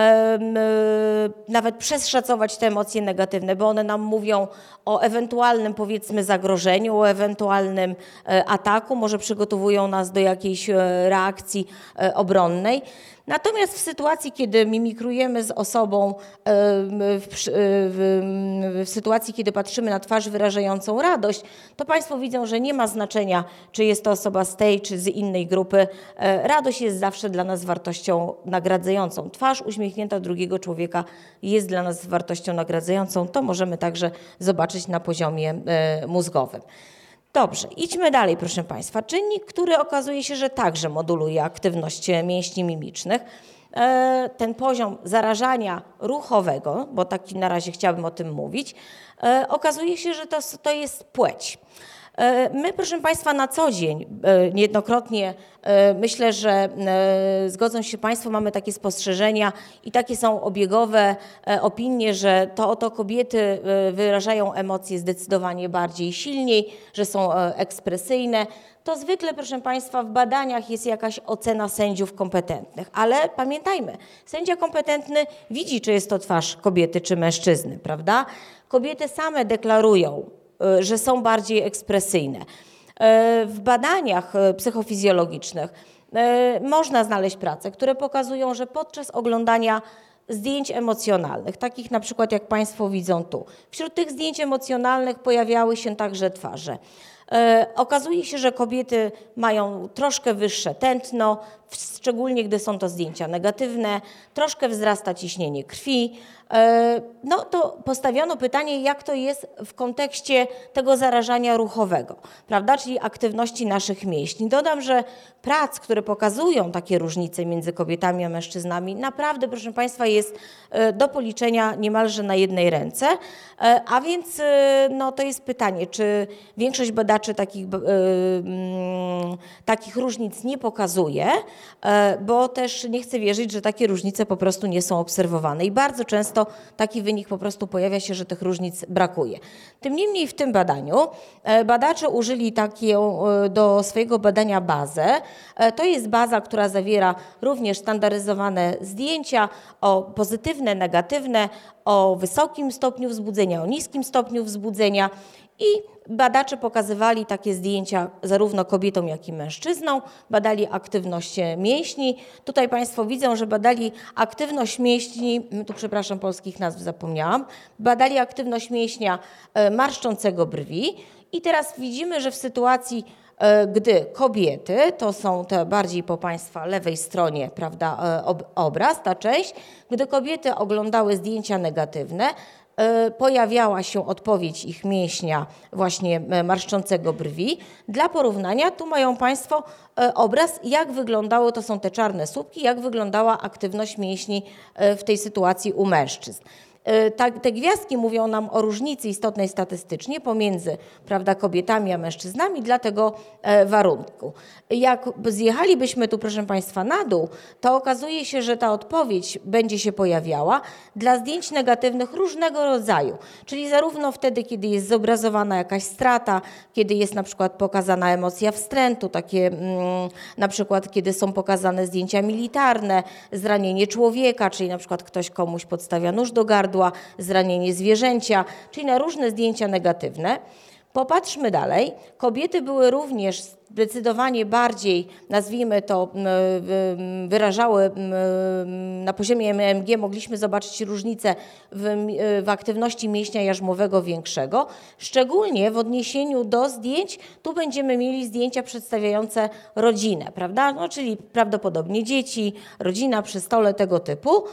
nawet przeszacować te emocje negatywne, bo one nam mówią o ewentualnym, powiedzmy, zagrożeniu, o ewentualnym ataku, może przygotowują nas do jakiejś reakcji obronnej. Natomiast w sytuacji, kiedy mimikrujemy z osobą, w sytuacji, kiedy patrzymy na twarz wyrażającą radość, to Państwo widzą, że nie ma znaczenia, czy jest to osoba z tej, czy z innej grupy. Radość jest zawsze dla nas wartością nagradzającą. Twarz uśmiechnięta drugiego człowieka jest dla nas wartością nagradzającą. To możemy także zobaczyć na poziomie mózgowym. Dobrze, idźmy dalej, proszę Państwa. Czynnik, który okazuje się, że także moduluje aktywność mięśni mimicznych, ten poziom zarażania ruchowego, bo taki na razie chciałabym o tym mówić, okazuje się, że to jest płeć. My, proszę Państwa, na co dzień niejednokrotnie myślę, że zgodzą się Państwo, mamy takie spostrzeżenia i takie są obiegowe opinie, że to oto kobiety wyrażają emocje zdecydowanie bardziej silniej, że są ekspresyjne. To zwykle, proszę Państwa, w badaniach jest jakaś ocena sędziów kompetentnych, ale pamiętajmy, sędzia kompetentny widzi, czy jest to twarz kobiety, czy mężczyzny, prawda? Kobiety same deklarują, że są bardziej ekspresyjne. W badaniach psychofizjologicznych można znaleźć prace, które pokazują, że podczas oglądania zdjęć emocjonalnych, takich na przykład jak Państwo widzą tu, wśród tych zdjęć emocjonalnych pojawiały się także twarze. Okazuje się, że kobiety mają troszkę wyższe tętno, szczególnie gdy są to zdjęcia negatywne, troszkę wzrasta ciśnienie krwi. No to postawiono pytanie, jak to jest w kontekście tego zarażania ruchowego, prawda, czyli aktywności naszych mięśni. Dodam, że prac, które pokazują takie różnice między kobietami a mężczyznami, naprawdę, proszę Państwa, jest do policzenia niemalże na jednej ręce, a więc no, to jest pytanie, czy większość badaczy takich różnic nie pokazuje, bo też nie chcę wierzyć, że takie różnice po prostu nie są obserwowane i bardzo często taki wynik po prostu pojawia się, że tych różnic brakuje. Tym niemniej w tym badaniu badacze użyli taką do swojego badania bazę. To jest baza, która zawiera również standaryzowane zdjęcia o pozytywne, negatywne, o wysokim stopniu wzbudzenia, o niskim stopniu wzbudzenia i badacze pokazywali takie zdjęcia zarówno kobietom, jak i mężczyznom, badali aktywność mięśni. Tutaj Państwo widzą, że badali aktywność mięśni, tu przepraszam, polskich nazw zapomniałam, badali aktywność mięśnia marszczącego brwi i teraz widzimy, że w sytuacji, gdy kobiety, to są te bardziej po Państwa lewej stronie, prawda, obraz, ta część, gdy kobiety oglądały zdjęcia negatywne, pojawiała się odpowiedź ich mięśnia właśnie marszczącego brwi. Dla porównania tu mają Państwo obraz, jak wyglądało, to są te czarne słupki, jak wyglądała aktywność mięśni w tej sytuacji u mężczyzn. Te gwiazdki mówią nam o różnicy istotnej statystycznie pomiędzy, prawda, kobietami a mężczyznami dla tego warunku. Jak zjechalibyśmy tu, proszę Państwa, na dół, to okazuje się, że ta odpowiedź będzie się pojawiała dla zdjęć negatywnych różnego rodzaju, czyli zarówno wtedy, kiedy jest zobrazowana jakaś strata, kiedy jest na przykład pokazana emocja wstrętu, takie na przykład kiedy są pokazane zdjęcia militarne, zranienie człowieka, czyli na przykład ktoś komuś podstawia nóż do gardła, zranienie zwierzęcia, czyli na różne zdjęcia negatywne. Popatrzmy dalej. Kobiety były również zdecydowanie bardziej, nazwijmy to, wyrażały na poziomie EMG, mogliśmy zobaczyć różnicę w aktywności mięśnia jarzmowego większego, szczególnie w odniesieniu do zdjęć, tu będziemy mieli zdjęcia przedstawiające rodzinę, prawda, no, czyli prawdopodobnie dzieci, rodzina przy stole, tego typu.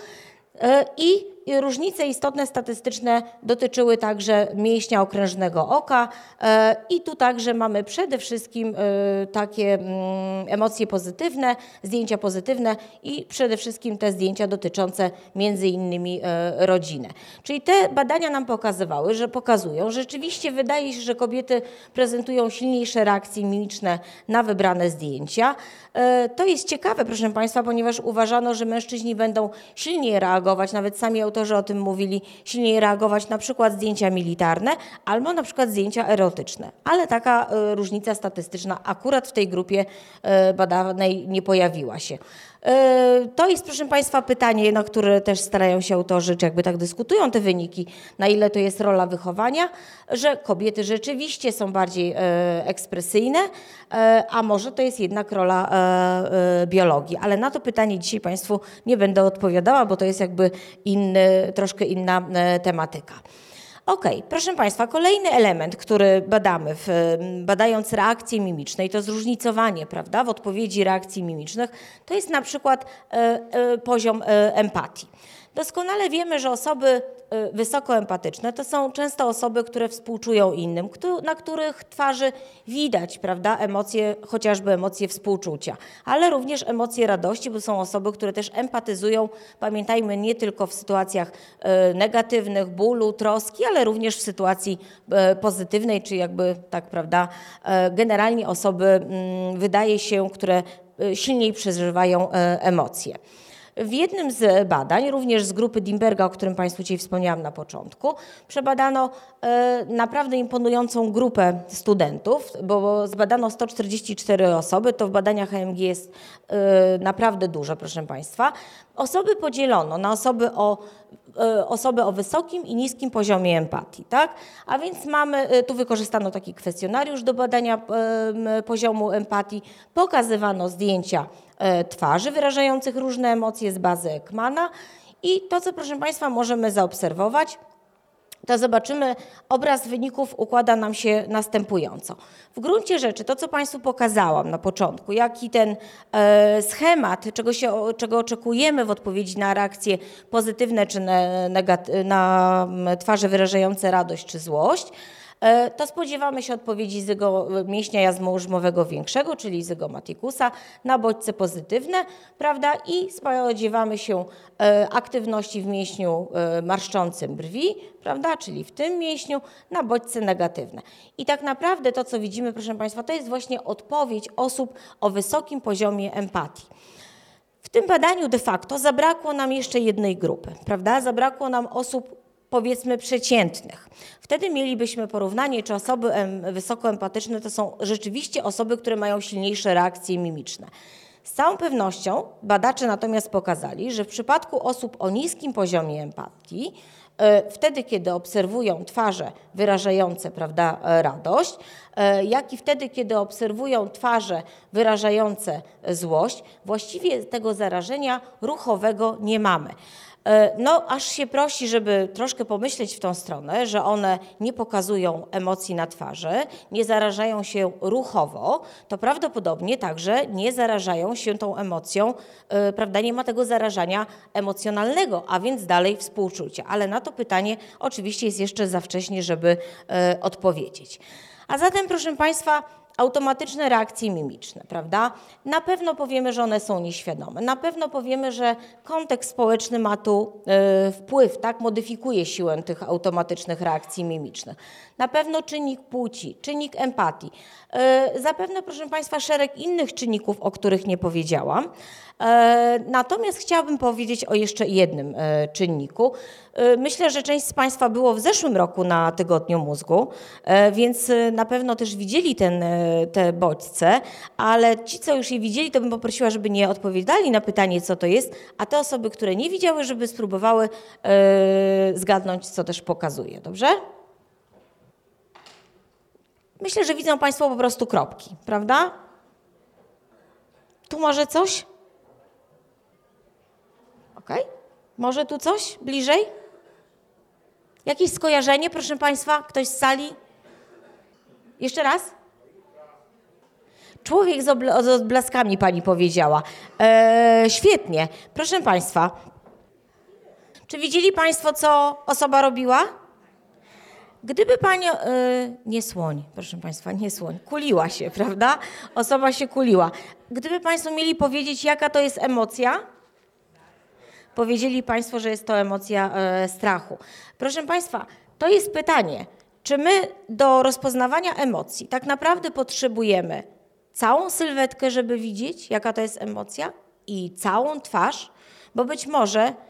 I różnice istotne statystyczne dotyczyły także mięśnia okrężnego oka i tu także mamy przede wszystkim takie emocje pozytywne, zdjęcia pozytywne i przede wszystkim te zdjęcia dotyczące między innymi rodziny. Czyli te badania nam pokazują, że rzeczywiście wydaje się, że kobiety prezentują silniejsze reakcje mimiczne na wybrane zdjęcia. To jest ciekawe, proszę Państwa, ponieważ uważano, że mężczyźni będą silniej reagować, nawet sami automatycznie autorzy o tym mówili, silniej reagować na przykład zdjęcia militarne albo na przykład zdjęcia erotyczne. Ale taka różnica statystyczna akurat w tej grupie badanej nie pojawiła się. To jest, proszę Państwa, pytanie, na które też starają się autorzy, czy jakby tak dyskutują te wyniki, na ile to jest rola wychowania, że kobiety rzeczywiście są bardziej ekspresyjne, a może to jest jednak rola biologii. Ale na to pytanie dzisiaj Państwu nie będę odpowiadała, bo to jest jakby troszkę inna tematyka. Okej, proszę Państwa, kolejny element, który badamy, badając reakcje mimiczne i to zróżnicowanie, prawda, w odpowiedzi reakcji mimicznych, to jest na przykład poziom empatii. Doskonale wiemy, że osoby wysoko empatyczne to są często osoby, które współczują innym, na których twarzy widać, prawda, emocje, chociażby emocje współczucia, ale również emocje radości, bo są osoby, które też empatyzują, pamiętajmy, nie tylko w sytuacjach negatywnych, bólu, troski, ale również w sytuacji pozytywnej, czy jakby tak, prawda, generalnie osoby, wydaje się, które silniej przeżywają emocje. W jednym z badań, również z grupy Dimberga, o którym Państwu dzisiaj wspomniałam na początku, przebadano naprawdę imponującą grupę studentów, bo zbadano 144 osoby, to w badaniach HMG jest naprawdę dużo, proszę Państwa. Osoby podzielono na osoby o wysokim i niskim poziomie empatii, tak? A więc tu wykorzystano taki kwestionariusz do badania poziomu empatii, pokazywano zdjęcia twarzy wyrażających różne emocje z bazy Ekmana i to, co proszę Państwa możemy zaobserwować, to zobaczymy, obraz wyników układa nam się następująco. W gruncie rzeczy to, co Państwu pokazałam na początku, jaki ten schemat, czego oczekujemy w odpowiedzi na reakcje pozytywne czy na twarze wyrażające radość czy złość, to spodziewamy się odpowiedzi mięśnia jarzmowego większego, czyli zygomatikusa, na bodźce pozytywne, prawda? I spodziewamy się aktywności w mięśniu marszczącym brwi, prawda? Czyli w tym mięśniu, na bodźce negatywne. I tak naprawdę to, co widzimy, proszę Państwa, to jest właśnie odpowiedź osób o wysokim poziomie empatii. W tym badaniu de facto zabrakło nam jeszcze jednej grupy, prawda? Zabrakło nam osób, powiedzmy, przeciętnych. Wtedy mielibyśmy porównanie, czy osoby wysokoempatyczne to są rzeczywiście osoby, które mają silniejsze reakcje mimiczne. Z całą pewnością badacze natomiast pokazali, że w przypadku osób o niskim poziomie empatii, wtedy, kiedy obserwują twarze wyrażające, prawda, radość, jak i wtedy, kiedy obserwują twarze wyrażające złość, właściwie tego zarażenia ruchowego nie mamy. No, aż się prosi, żeby troszkę pomyśleć w tą stronę, że one nie pokazują emocji na twarzy, nie zarażają się ruchowo, to prawdopodobnie także nie zarażają się tą emocją, prawda, nie ma tego zarażania emocjonalnego, a więc dalej współczucia. Ale na to pytanie oczywiście jest jeszcze za wcześnie, żeby odpowiedzieć. A zatem, proszę Państwa, automatyczne reakcje mimiczne, prawda? Na pewno powiemy, że one są nieświadome. Na pewno powiemy, że kontekst społeczny ma tu wpływ, tak? Modyfikuje siłę tych automatycznych reakcji mimicznych. Na pewno czynnik płci, czynnik empatii. Zapewne, proszę Państwa, szereg innych czynników, o których nie powiedziałam. Natomiast chciałabym powiedzieć o jeszcze jednym czynniku. Myślę, że część z Państwa było w zeszłym roku na Tygodniu Mózgu, więc na pewno też widzieli te bodźce, ale ci, co już je widzieli, to bym poprosiła, żeby nie odpowiadali na pytanie, co to jest, a te osoby, które nie widziały, żeby spróbowały zgadnąć, co też pokazuje. Dobrze? Myślę, że widzą Państwo po prostu kropki, prawda? Tu może coś? Okej. Może tu coś? Bliżej? Jakieś skojarzenie, proszę Państwa? Ktoś z sali? Jeszcze raz? Człowiek z odblaskami, pani powiedziała. Świetnie. Proszę Państwa, czy widzieli Państwo, co osoba robiła? Gdyby pani, nie słoń, proszę Państwa, nie słoń, kuliła się, prawda? Osoba się kuliła. Gdyby Państwo mieli powiedzieć, jaka to jest emocja, powiedzieli Państwo, że jest to emocja strachu. Proszę Państwa, to jest pytanie, czy my do rozpoznawania emocji tak naprawdę potrzebujemy całą sylwetkę, żeby widzieć, jaka to jest emocja i całą twarz, bo być może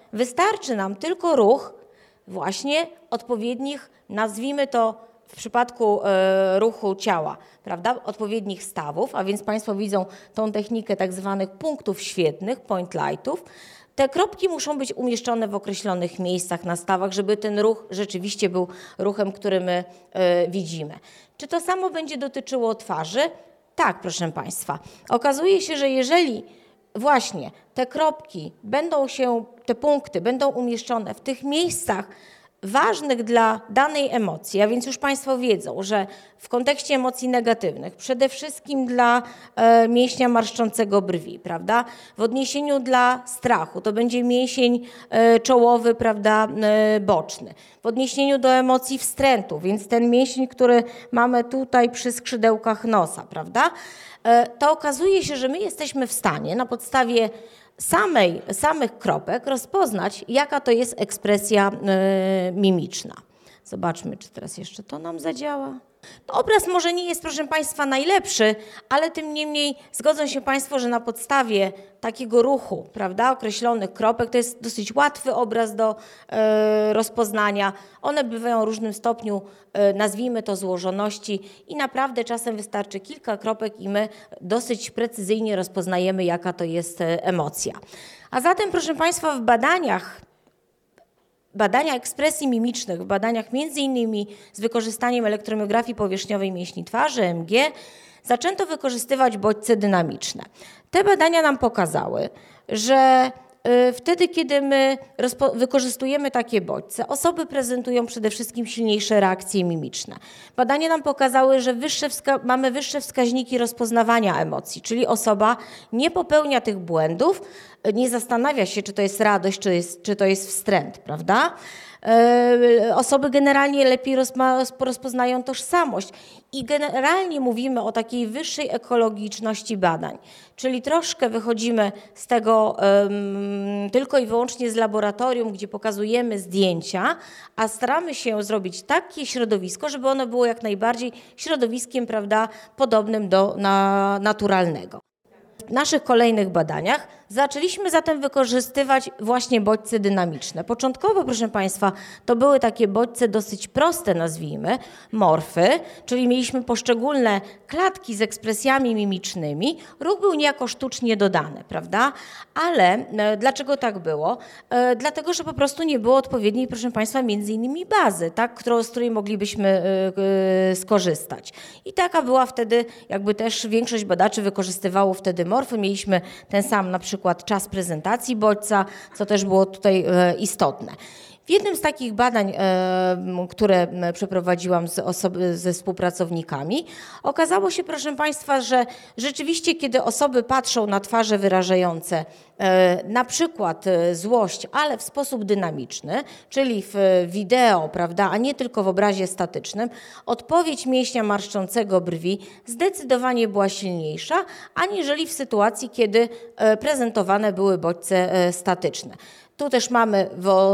wystarczy nam tylko ruch właśnie odpowiednich, nazwijmy to w przypadku ruchu ciała, prawda, odpowiednich stawów, a więc Państwo widzą tą technikę tak zwanych punktów świetnych, point lightów. Te kropki muszą być umieszczone w określonych miejscach na stawach, żeby ten ruch rzeczywiście był ruchem, który my widzimy. Czy to samo będzie dotyczyło twarzy? Tak, proszę Państwa. Okazuje się, że jeżeli właśnie te kropki te punkty będą umieszczone w tych miejscach ważnych dla danej emocji, a więc już Państwo wiedzą, że w kontekście emocji negatywnych, przede wszystkim dla mięśnia marszczącego brwi, prawda? W odniesieniu dla strachu to będzie mięsień czołowy, prawda, boczny. W odniesieniu do emocji wstrętu, więc ten mięsień, który mamy tutaj przy skrzydełkach nosa, prawda? To okazuje się, że my jesteśmy w stanie na podstawie samych kropek rozpoznać, jaka to jest ekspresja mimiczna. Zobaczmy, czy teraz jeszcze to nam zadziała. Obraz może nie jest, proszę Państwa, najlepszy, ale tym niemniej zgodzą się Państwo, że na podstawie takiego ruchu, prawda, określonych kropek, to jest dosyć łatwy obraz do rozpoznania. One bywają o różnym stopniu, nazwijmy to, złożoności i naprawdę czasem wystarczy kilka kropek i my dosyć precyzyjnie rozpoznajemy, jaka to jest emocja. A zatem, proszę Państwa, w badania ekspresji mimicznych, w badaniach między innymi z wykorzystaniem elektromiografii powierzchniowej mięśni twarzy, EMG, zaczęto wykorzystywać bodźce dynamiczne. Te badania nam pokazały, że wtedy, kiedy my wykorzystujemy takie bodźce, osoby prezentują przede wszystkim silniejsze reakcje mimiczne. Badania nam pokazały, że mamy wyższe wskaźniki rozpoznawania emocji, czyli osoba nie popełnia tych błędów, nie zastanawia się, czy to jest radość, czy to jest wstręt, prawda? Osoby generalnie lepiej rozpoznają tożsamość i generalnie mówimy o takiej wyższej ekologiczności badań, czyli troszkę wychodzimy z tego tylko i wyłącznie z laboratorium, gdzie pokazujemy zdjęcia, a staramy się zrobić takie środowisko, żeby ono było jak najbardziej środowiskiem, prawda, podobnym do naturalnego. W naszych kolejnych badaniach zaczęliśmy zatem wykorzystywać właśnie bodźce dynamiczne. Początkowo, proszę Państwa, to były takie bodźce dosyć proste, nazwijmy, morfy, czyli mieliśmy poszczególne klatki z ekspresjami mimicznymi. Ruch był niejako sztucznie dodany, prawda? Ale dlaczego tak było? Dlatego, że po prostu nie było odpowiedniej, proszę Państwa, między innymi bazy, tak, z której moglibyśmy skorzystać. I taka była wtedy, jakby też większość badaczy wykorzystywało wtedy morfy. Mieliśmy ten sam na przykład czas prezentacji bodźca, co też było tutaj istotne. W jednym z takich badań, które przeprowadziłam ze współpracownikami, okazało się, proszę Państwa, że rzeczywiście, kiedy osoby patrzą na twarze wyrażające na przykład złość, ale w sposób dynamiczny, czyli w wideo, prawda, a nie tylko w obrazie statycznym, odpowiedź mięśnia marszczącego brwi zdecydowanie była silniejsza, aniżeli w sytuacji, kiedy prezentowane były bodźce statyczne. Tu też mamy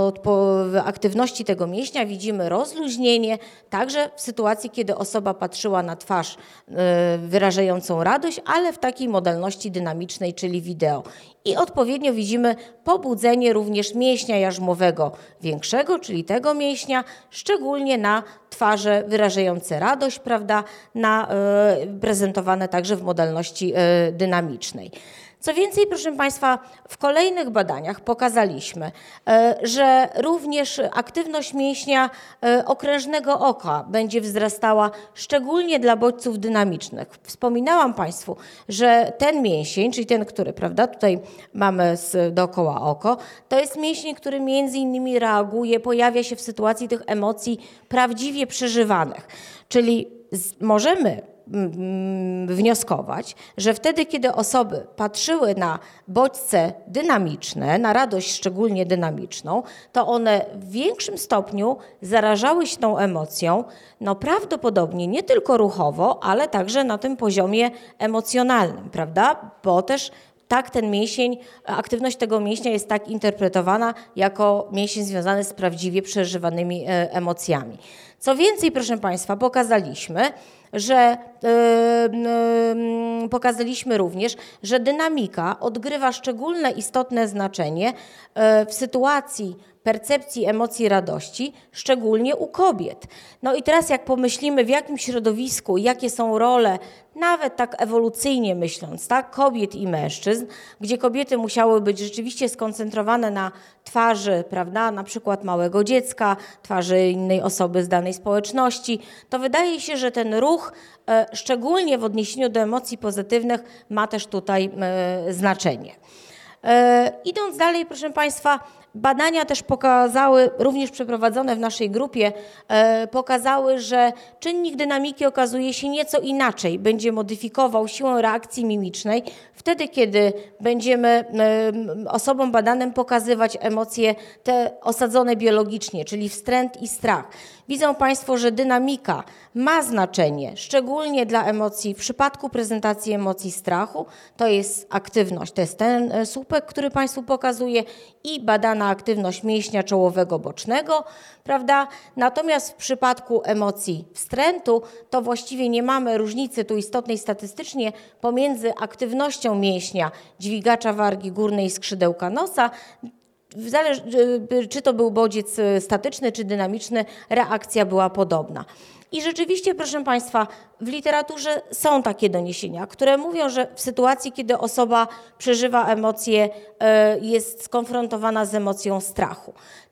w aktywności tego mięśnia widzimy rozluźnienie, także w sytuacji, kiedy osoba patrzyła na twarz wyrażającą radość, ale w takiej modalności dynamicznej, czyli wideo. I odpowiednio widzimy pobudzenie również mięśnia jarzmowego większego, czyli tego mięśnia, szczególnie na twarze wyrażające radość, prawda, prezentowane także w modalności dynamicznej. Co więcej, proszę Państwa, w kolejnych badaniach pokazaliśmy, że również aktywność mięśnia okrężnego oka będzie wzrastała, szczególnie dla bodźców dynamicznych. Wspominałam Państwu, że ten mięsień, czyli ten, który, prawda, tutaj mamy dookoła oko, to jest mięsień, który między innymi reaguje, pojawia się w sytuacji tych emocji prawdziwie przeżywanych. Czyli możemy wnioskować, że wtedy, kiedy osoby patrzyły na bodźce dynamiczne, na radość szczególnie dynamiczną, to one w większym stopniu zarażały się tą emocją, no prawdopodobnie nie tylko ruchowo, ale także na tym poziomie emocjonalnym, prawda? Bo też tak ten mięsień, aktywność tego mięśnia jest tak interpretowana jako mięsień związany z prawdziwie przeżywanymi emocjami. Co więcej, proszę Państwa, pokazaliśmy również, że dynamika odgrywa szczególne istotne znaczenie w sytuacji percepcji emocji radości, szczególnie u kobiet. No i teraz jak pomyślimy, w jakim środowisku, jakie są role, nawet tak ewolucyjnie myśląc, tak, kobiet i mężczyzn, gdzie kobiety musiały być rzeczywiście skoncentrowane na twarzy, prawda, na przykład małego dziecka, twarzy innej osoby z danej społeczności, to wydaje się, że ten ruch, szczególnie w odniesieniu do emocji pozytywnych, ma też tutaj znaczenie. Idąc dalej, proszę Państwa, badania też pokazały, również przeprowadzone w naszej grupie, pokazały, że czynnik dynamiki okazuje się nieco inaczej. Będzie modyfikował siłę reakcji mimicznej wtedy, kiedy będziemy osobom badanym pokazywać emocje te osadzone biologicznie, czyli wstręt i strach. Widzą Państwo, że dynamika ma znaczenie, szczególnie dla emocji. W przypadku prezentacji emocji strachu to jest aktywność, to jest ten słupek, który Państwu pokazuję i badana aktywność mięśnia czołowego bocznego, prawda? Natomiast w przypadku emocji wstrętu to właściwie nie mamy różnicy tu istotnej statystycznie pomiędzy aktywnością mięśnia dźwigacza wargi górnej skrzydełka nosa, czy to był bodziec statyczny, czy dynamiczny, reakcja była podobna. I rzeczywiście, proszę Państwa, w literaturze są takie doniesienia, które mówią, że w sytuacji, kiedy osoba przeżywa emocje, jest skonfrontowana z emocją strachu,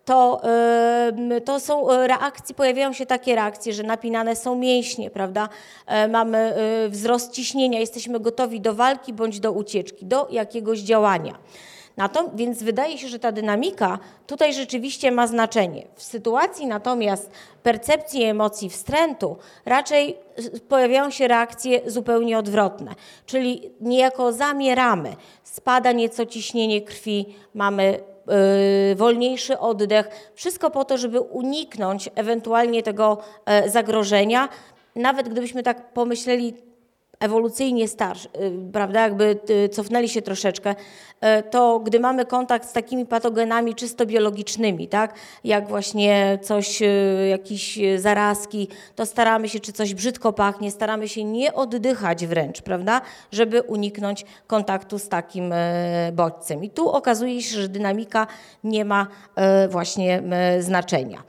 to są reakcje, pojawiają się takie reakcje, że napinane są mięśnie, prawda? Mamy wzrost ciśnienia, jesteśmy gotowi do walki bądź do ucieczki, do jakiegoś działania. Więc wydaje się, że ta dynamika tutaj rzeczywiście ma znaczenie. W sytuacji natomiast percepcji emocji wstrętu raczej pojawiają się reakcje zupełnie odwrotne, czyli niejako zamieramy, spada nieco ciśnienie krwi, mamy wolniejszy oddech, wszystko po to, żeby uniknąć ewentualnie tego zagrożenia. Nawet gdybyśmy tak pomyśleli ewolucyjnie starszy, prawda, jakby cofnęli się troszeczkę, to gdy mamy kontakt z takimi patogenami czysto biologicznymi, tak, jak właśnie coś, jakieś zarazki, to staramy się, czy coś brzydko pachnie, staramy się nie oddychać wręcz, prawda, żeby uniknąć kontaktu z takim bodźcem. I tu okazuje się, że dynamika nie ma właśnie znaczenia.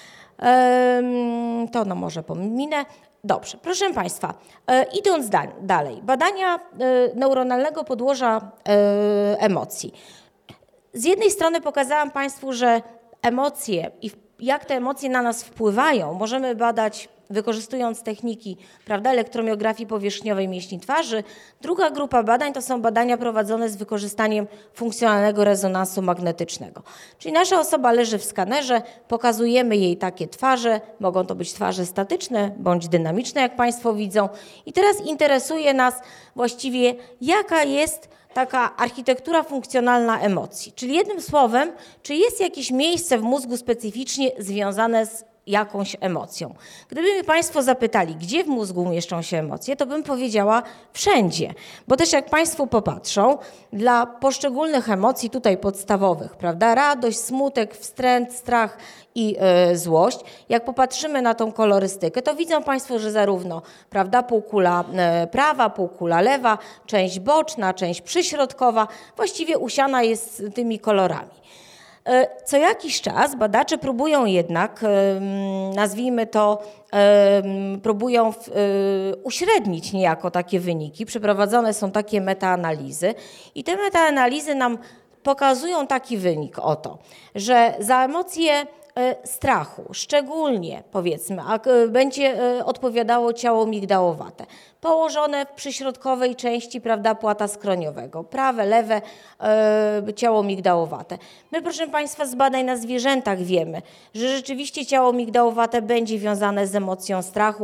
To no może pominę. Dobrze, proszę Państwa, idąc dalej, badania neuronalnego podłoża emocji. Z jednej strony pokazałam Państwu, że emocje i jak te emocje na nas wpływają, możemy badać wykorzystując techniki, prawda, elektromiografii powierzchniowej mięśni twarzy. Druga grupa badań to są badania prowadzone z wykorzystaniem funkcjonalnego rezonansu magnetycznego. Czyli nasza osoba leży w skanerze, pokazujemy jej takie twarze, mogą to być twarze statyczne bądź dynamiczne, jak Państwo widzą. I teraz interesuje nas właściwie, jaka jest taka architektura funkcjonalna emocji. Czyli jednym słowem, czy jest jakieś miejsce w mózgu specyficznie związane z jakąś emocją. Gdyby mnie Państwo zapytali, gdzie w mózgu mieszczą się emocje, to bym powiedziała wszędzie. Bo też jak Państwo popatrzą, dla poszczególnych emocji tutaj podstawowych, prawda, radość, smutek, wstręt, strach i złość, jak popatrzymy na tą kolorystykę, to widzą Państwo, że zarówno, prawda, półkula prawa, półkula lewa, część boczna, część przyśrodkowa właściwie usiana jest tymi kolorami. Co jakiś czas badacze próbują jednak, nazwijmy to, próbują uśrednić niejako takie wyniki. Przeprowadzone są takie metaanalizy i te metaanalizy nam pokazują taki wynik oto, że za emocje strachu, szczególnie powiedzmy, będzie odpowiadało ciało migdałowate, położone w przyśrodkowej części, prawda, płata skroniowego, prawe, lewe ciało migdałowate. My, proszę Państwa, z badań na zwierzętach wiemy, że rzeczywiście ciało migdałowate będzie wiązane z emocją strachu,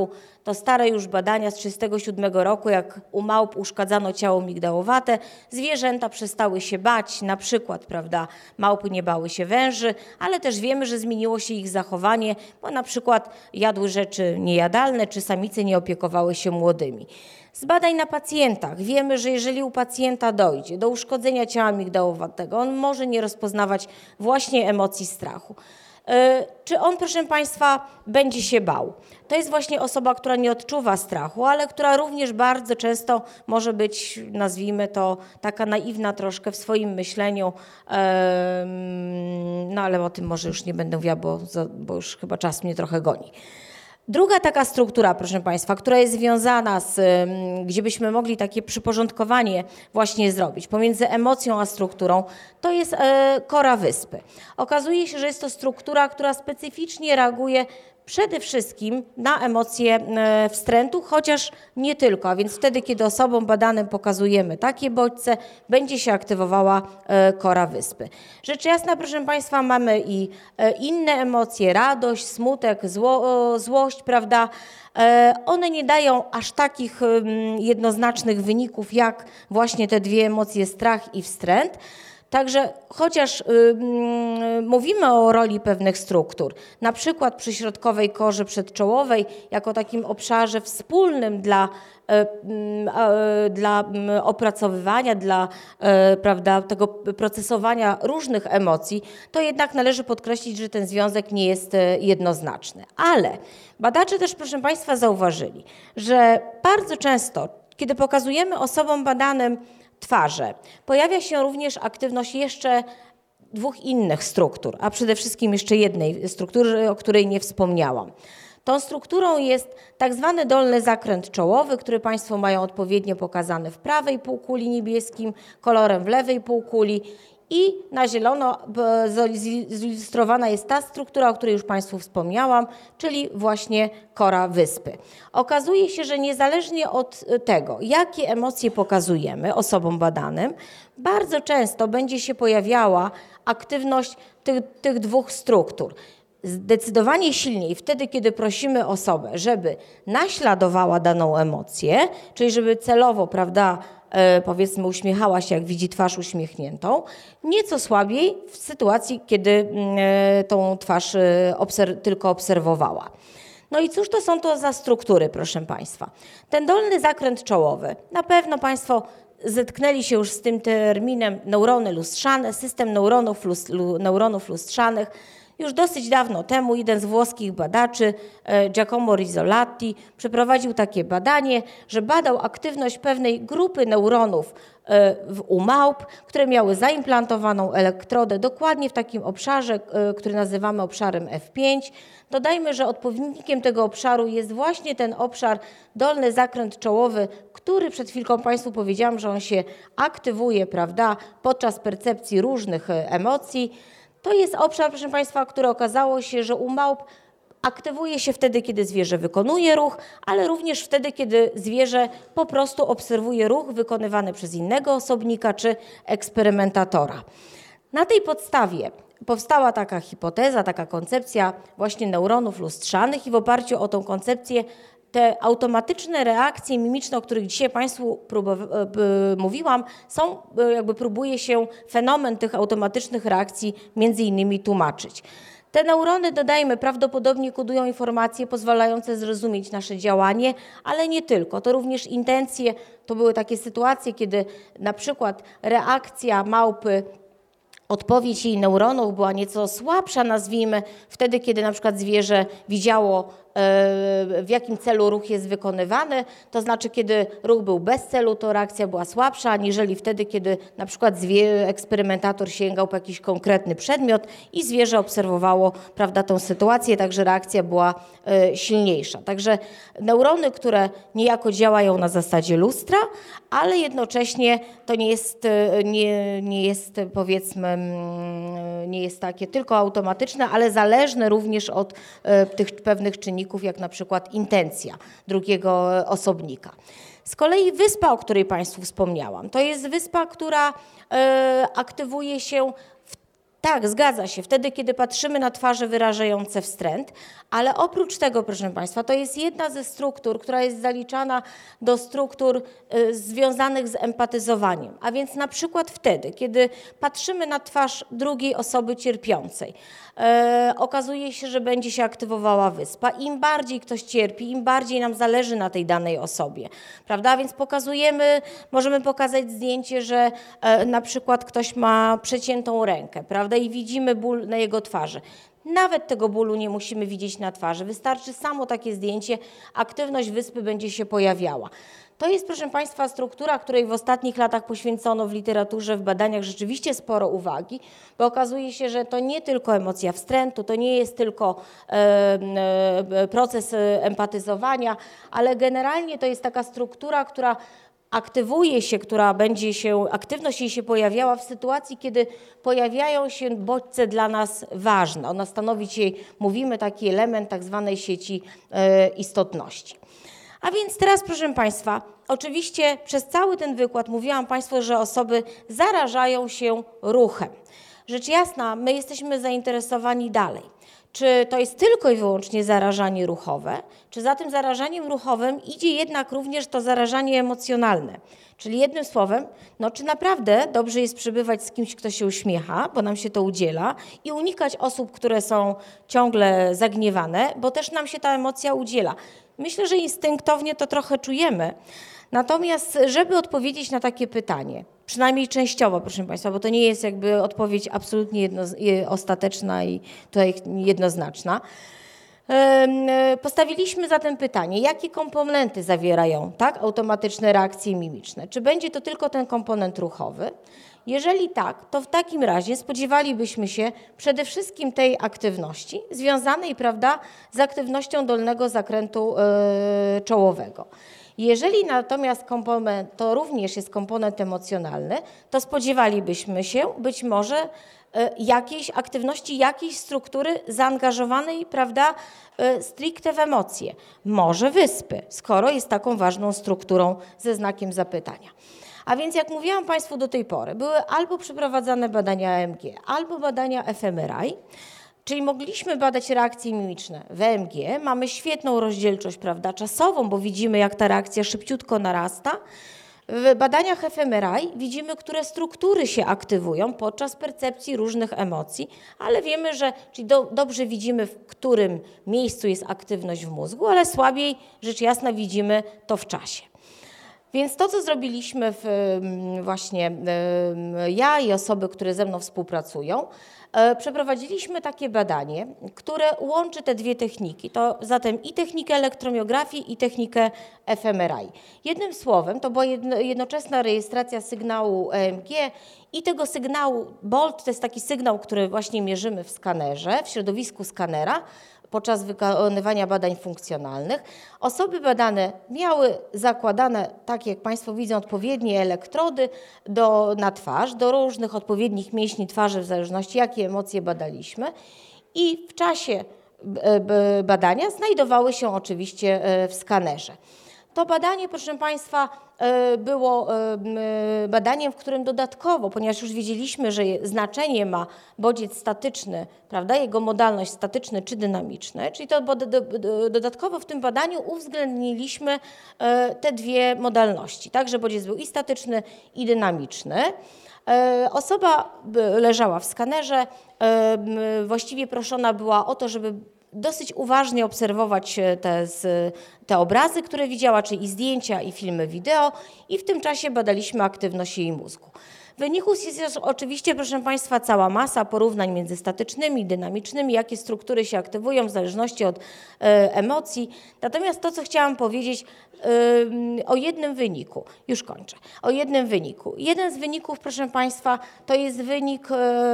To stare już badania z 1937 roku, jak u małp uszkadzano ciało migdałowate, zwierzęta przestały się bać, na przykład, prawda, małpy nie bały się węży, ale też wiemy, że zmieniło się ich zachowanie, bo na przykład jadły rzeczy niejadalne, czy samice nie opiekowały się młodymi. Z badań na pacjentach wiemy, że jeżeli u pacjenta dojdzie do uszkodzenia ciała migdałowatego, on może nie rozpoznawać właśnie emocji strachu. Czy on, proszę Państwa, będzie się bał? To jest właśnie osoba, która nie odczuwa strachu, ale która również bardzo często może być, nazwijmy to, taka naiwna troszkę w swoim myśleniu, no ale o tym może już nie będę mówiła, bo już chyba czas mnie trochę goni. Druga taka struktura, proszę Państwa, która jest związana z, gdzie byśmy mogli takie przyporządkowanie właśnie zrobić pomiędzy emocją a strukturą, to jest kora wyspy. Okazuje się, że jest to struktura, która specyficznie reaguje przede wszystkim na emocje wstrętu, chociaż nie tylko, a więc wtedy, kiedy osobom badanym pokazujemy takie bodźce, będzie się aktywowała kora wyspy. Rzecz jasna, proszę Państwa, mamy i inne emocje, radość, smutek, złość, prawda? One nie dają aż takich jednoznacznych wyników, jak właśnie te dwie emocje, strach i wstręt. Także chociaż mówimy o roli pewnych struktur, na przykład przy środkowej korze przedczołowej, jako takim obszarze wspólnym dla opracowywania, prawda, tego procesowania różnych emocji, to jednak należy podkreślić, że ten związek nie jest jednoznaczny. Ale badacze też, proszę Państwa, zauważyli, że bardzo często, kiedy pokazujemy osobom badanym twarze, pojawia się również aktywność jeszcze dwóch innych struktur, a przede wszystkim jeszcze jednej struktury, o której nie wspomniałam. Tą strukturą jest tak zwany dolny zakręt czołowy, który Państwo mają odpowiednio pokazany w prawej półkuli niebieskim, kolorem w lewej półkuli. I na zielono zilustrowana jest ta struktura, o której już Państwu wspomniałam, czyli właśnie kora wyspy. Okazuje się, że niezależnie od tego, jakie emocje pokazujemy osobom badanym, bardzo często będzie się pojawiała aktywność tych dwóch struktur. Zdecydowanie silniej wtedy, kiedy prosimy osobę, żeby naśladowała daną emocję, czyli żeby celowo, prawda, powiedzmy uśmiechała się, jak widzi twarz uśmiechniętą, nieco słabiej w sytuacji, kiedy tą twarz tylko obserwowała. No i cóż to są to za struktury, proszę Państwa? Ten dolny zakręt czołowy, na pewno Państwo zetknęli się już z tym terminem neurony lustrzane, system neuronów lustrzanych. Już dosyć dawno temu jeden z włoskich badaczy, Giacomo Rizzolatti, przeprowadził takie badanie, że badał aktywność pewnej grupy neuronów u małp, które miały zaimplantowaną elektrodę dokładnie w takim obszarze, który nazywamy obszarem F5. Dodajmy, że odpowiednikiem tego obszaru jest właśnie ten obszar dolny zakręt czołowy, który przed chwilką Państwu powiedziałam, że on się aktywuje, prawda, podczas percepcji różnych emocji. To jest obszar, proszę Państwa, który okazało się, że u małp aktywuje się wtedy, kiedy zwierzę wykonuje ruch, ale również wtedy, kiedy zwierzę po prostu obserwuje ruch wykonywany przez innego osobnika czy eksperymentatora. Na tej podstawie powstała taka hipoteza, taka koncepcja właśnie neuronów lustrzanych i w oparciu o tą koncepcję te automatyczne reakcje mimiczne, o których dzisiaj Państwu mówiłam, próbuje się fenomen tych automatycznych reakcji między innymi tłumaczyć. Te neurony, dodajmy, prawdopodobnie kodują informacje pozwalające zrozumieć nasze działanie, ale nie tylko. To również intencje, to były takie sytuacje, kiedy na przykład reakcja małpy, odpowiedź jej neuronów była nieco słabsza, nazwijmy, wtedy, kiedy na przykład zwierzę widziało, w jakim celu ruch jest wykonywany, to znaczy, kiedy ruch był bez celu, to reakcja była słabsza, aniżeli wtedy, kiedy na przykład eksperymentator sięgał po jakiś konkretny przedmiot i zwierzę obserwowało, prawda, tą sytuację, także reakcja była silniejsza. Także neurony, które niejako działają na zasadzie lustra, ale jednocześnie to nie jest powiedzmy, nie jest takie tylko automatyczne, ale zależne również od tych pewnych czynników, jak na przykład intencja drugiego osobnika. Z kolei wyspa, o której Państwu wspomniałam, to jest wyspa, która aktywuje się Tak, zgadza się. Wtedy, kiedy patrzymy na twarze wyrażające wstręt, ale oprócz tego, proszę Państwa, to jest jedna ze struktur, która jest zaliczana do struktur związanych z empatyzowaniem. A więc na przykład wtedy, kiedy patrzymy na twarz drugiej osoby cierpiącej, okazuje się, że będzie się aktywowała wyspa. Im bardziej ktoś cierpi, im bardziej nam zależy na tej danej osobie, prawda? Więc możemy pokazać zdjęcie, że na przykład ktoś ma przeciętą rękę, prawda? I widzimy ból na jego twarzy. Nawet tego bólu nie musimy widzieć na twarzy. Wystarczy samo takie zdjęcie, aktywność wyspy będzie się pojawiała. To jest, proszę Państwa, struktura, której w ostatnich latach poświęcono w literaturze, w badaniach rzeczywiście sporo uwagi, bo okazuje się, że to nie tylko emocja wstrętu, to nie jest tylko proces empatyzowania, ale generalnie to jest taka struktura, która aktywuje się, aktywność jej się pojawiała w sytuacji, kiedy pojawiają się bodźce dla nas ważne. Ona stanowi dzisiaj, mówimy, taki element tak zwanej sieci istotności. A więc teraz, proszę Państwa, oczywiście przez cały ten wykład mówiłam Państwu, że osoby zarażają się ruchem. Rzecz jasna, my jesteśmy zainteresowani dalej. Czy to jest tylko i wyłącznie zarażanie ruchowe, czy za tym zarażaniem ruchowym idzie jednak również to zarażanie emocjonalne? Czyli jednym słowem, czy naprawdę dobrze jest przebywać z kimś, kto się uśmiecha, bo nam się to udziela, i unikać osób, które są ciągle zagniewane, bo też nam się ta emocja udziela. Myślę, że instynktownie to trochę czujemy. Natomiast, żeby odpowiedzieć na takie pytanie, przynajmniej częściowo, proszę Państwa, bo to nie jest jakby odpowiedź absolutnie ostateczna i tutaj jednoznaczna, postawiliśmy zatem pytanie, jakie komponenty zawierają automatyczne reakcje mimiczne? Czy będzie to tylko ten komponent ruchowy? Jeżeli tak, to w takim razie spodziewalibyśmy się przede wszystkim tej aktywności związanej, prawda, z aktywnością dolnego zakrętu czołowego. Jeżeli natomiast to również jest komponent emocjonalny, to spodziewalibyśmy się być może jakiejś aktywności, jakiejś struktury zaangażowanej, prawda, stricte w emocje. Może wyspy, skoro jest taką ważną strukturą ze znakiem zapytania. A więc jak mówiłam Państwu do tej pory, były albo przeprowadzane badania EMG, albo badania fMRI, czyli mogliśmy badać reakcje mimiczne w EMG. Mamy świetną rozdzielczość, prawda, czasową, bo widzimy, jak ta reakcja szybciutko narasta. W badaniach fMRI widzimy, które struktury się aktywują podczas percepcji różnych emocji, ale wiemy, czyli dobrze widzimy, w którym miejscu jest aktywność w mózgu, ale słabiej, rzecz jasna, widzimy to w czasie. Więc to, co zrobiliśmy właśnie ja i osoby, które ze mną współpracują, przeprowadziliśmy takie badanie, które łączy te dwie techniki, to zatem i technikę elektromiografii, i technikę fMRI. Jednym słowem, to była jednoczesna rejestracja sygnału EMG i tego sygnału BOLT, to jest taki sygnał, który właśnie mierzymy w skanerze, w środowisku skanera, podczas wykonywania badań funkcjonalnych. Osoby badane miały zakładane, tak jak Państwo widzą, odpowiednie elektrody na twarz, do różnych odpowiednich mięśni twarzy, w zależności jakie emocje badaliśmy. I w czasie badania znajdowały się oczywiście w skanerze. To badanie, proszę Państwa, było badaniem, w którym dodatkowo, ponieważ już wiedzieliśmy, że znaczenie ma bodziec statyczny, prawda, jego modalność statyczny czy dynamiczny, czyli to dodatkowo w tym badaniu uwzględniliśmy te dwie modalności, tak, że bodziec był i statyczny, i dynamiczny. Osoba leżała w skanerze, właściwie proszona była o to, żeby dosyć uważnie obserwować te obrazy, które widziała, czyli i zdjęcia, i filmy wideo, i w tym czasie badaliśmy aktywność jej mózgu. Wyników jest oczywiście, proszę Państwa, cała masa porównań między statycznymi, dynamicznymi, jakie struktury się aktywują w zależności od emocji. Natomiast to, co chciałam powiedzieć o jednym wyniku, już kończę, o jednym wyniku. Jeden z wyników, proszę Państwa, to jest wynik,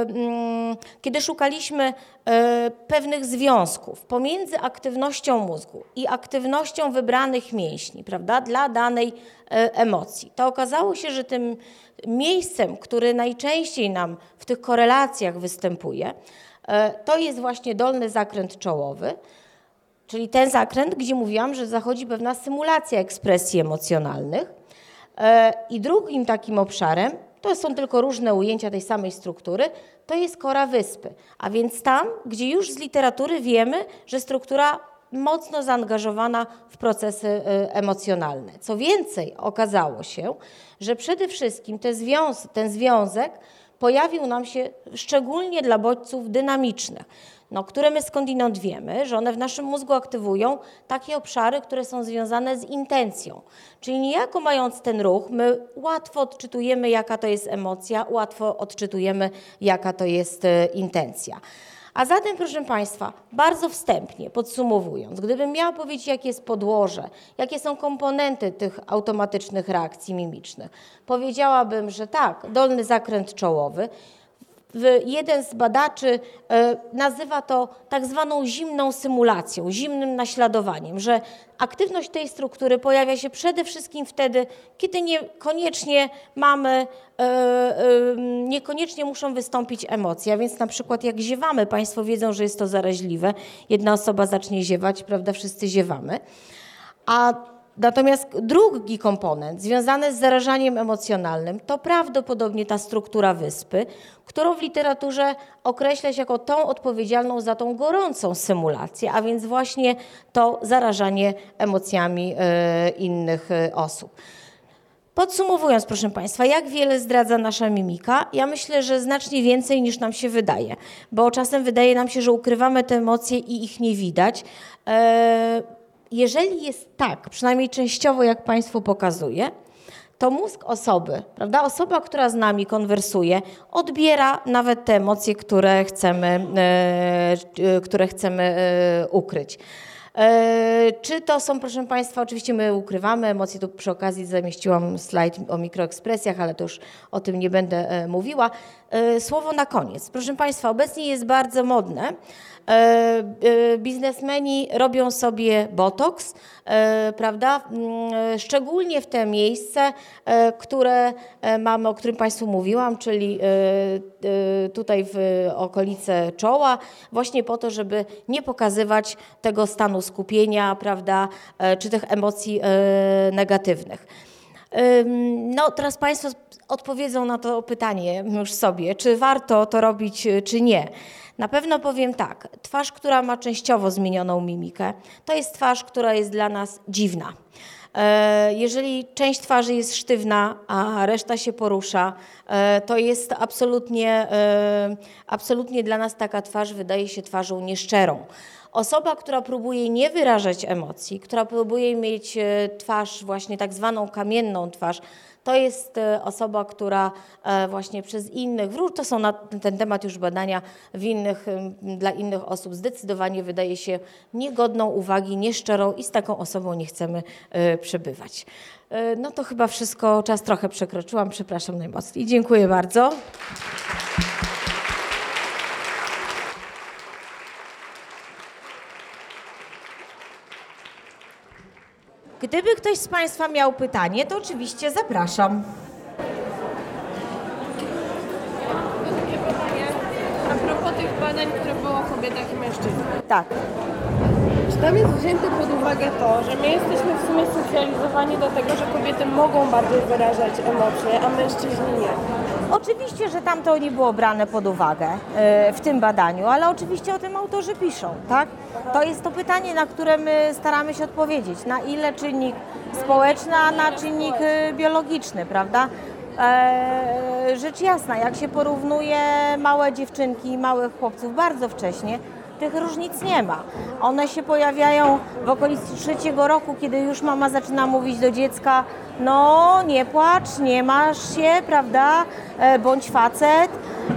kiedy szukaliśmy pewnych związków pomiędzy aktywnością mózgu i aktywnością wybranych mięśni, prawda, dla danej emocji. To okazało się, że tym miejscem, który najczęściej nam w tych korelacjach występuje, to jest właśnie dolny zakręt czołowy, czyli ten zakręt, gdzie mówiłam, że zachodzi pewna symulacja ekspresji emocjonalnych. I drugim takim obszarem to są tylko różne ujęcia tej samej struktury, to jest kora wyspy. A więc tam, gdzie już z literatury wiemy, że struktura mocno zaangażowana w procesy emocjonalne. Co więcej, okazało się, że przede wszystkim ten związek pojawił nam się szczególnie dla bodźców dynamicznych, które my skądinąd wiemy, że one w naszym mózgu aktywują takie obszary, które są związane z intencją. Czyli niejako mając ten ruch, my łatwo odczytujemy, jaka to jest emocja, łatwo odczytujemy, jaka to jest intencja. A zatem, proszę Państwa, bardzo wstępnie podsumowując, gdybym miała powiedzieć, jakie jest podłoże, jakie są komponenty tych automatycznych reakcji mimicznych, powiedziałabym, że tak, dolny zakręt czołowy. Jeden z badaczy nazywa to tak zwaną zimną symulacją, zimnym naśladowaniem, że aktywność tej struktury pojawia się przede wszystkim wtedy, kiedy niekoniecznie muszą wystąpić emocje. A więc na przykład jak ziewamy, Państwo wiedzą, że jest to zaraźliwe, jedna osoba zacznie ziewać, prawda, wszyscy ziewamy. Natomiast drugi komponent związany z zarażaniem emocjonalnym to prawdopodobnie ta struktura wyspy, którą w literaturze określa się jako tą odpowiedzialną za tą gorącą symulację, a więc właśnie to zarażanie emocjami innych osób. Podsumowując, proszę Państwa, jak wiele zdradza nasza mimika? Ja myślę, że znacznie więcej niż nam się wydaje, bo czasem wydaje nam się, że ukrywamy te emocje i ich nie widać. Jeżeli jest tak, przynajmniej częściowo, jak Państwu pokazuję, to mózg osoby, prawda, osoba, która z nami konwersuje, odbiera nawet te emocje, które chcemy ukryć. Czy to są, proszę Państwa, oczywiście my ukrywamy emocje, tu przy okazji zamieściłam slajd o mikroekspresjach, ale to już o tym nie będę mówiła. Słowo na koniec. Proszę Państwa, obecnie jest bardzo modne. Biznesmeni robią sobie botoks, prawda? Szczególnie w te miejsce, które mamy, o którym Państwu mówiłam, czyli tutaj w okolice czoła, właśnie po to, żeby nie pokazywać tego stanu skupienia, prawda, czy tych emocji negatywnych. Teraz Państwo odpowiedzą na to pytanie już sobie, czy warto to robić, czy nie. Na pewno powiem tak, twarz, która ma częściowo zmienioną mimikę, to jest twarz, która jest dla nas dziwna. Jeżeli część twarzy jest sztywna, a reszta się porusza, to jest absolutnie dla nas taka twarz wydaje się twarzą nieszczerą. Osoba, która próbuje nie wyrażać emocji, która próbuje mieć twarz właśnie tak zwaną kamienną twarz, to jest osoba, która właśnie przez innych, to są na ten temat już badania dla innych osób zdecydowanie wydaje się niegodną uwagi, nieszczerą i z taką osobą nie chcemy przebywać. To chyba wszystko, czas trochę przekroczyłam, przepraszam najmocniej. Dziękuję bardzo. Gdyby ktoś z Państwa miał pytanie, to oczywiście zapraszam. Krótkie pytanie a propos tych badań, które było o kobietach i mężczyznach. Tak. Czy tam jest wzięte pod uwagę to, że my jesteśmy w sumie socjalizowani do tego, że kobiety mogą bardziej wyrażać emocje, a mężczyźni nie? Oczywiście, że tam to nie było brane pod uwagę w tym badaniu, ale oczywiście o tym autorzy piszą, tak? To jest to pytanie, na które my staramy się odpowiedzieć. Na ile czynnik społeczny, a na czynnik biologiczny, prawda? Rzecz jasna, jak się porównuje małe dziewczynki i małych chłopców bardzo wcześnie, tych różnic nie ma. One się pojawiają w okolicy 3. roku, kiedy już mama zaczyna mówić do dziecka, no nie płacz, nie masz się, prawda, bądź facet.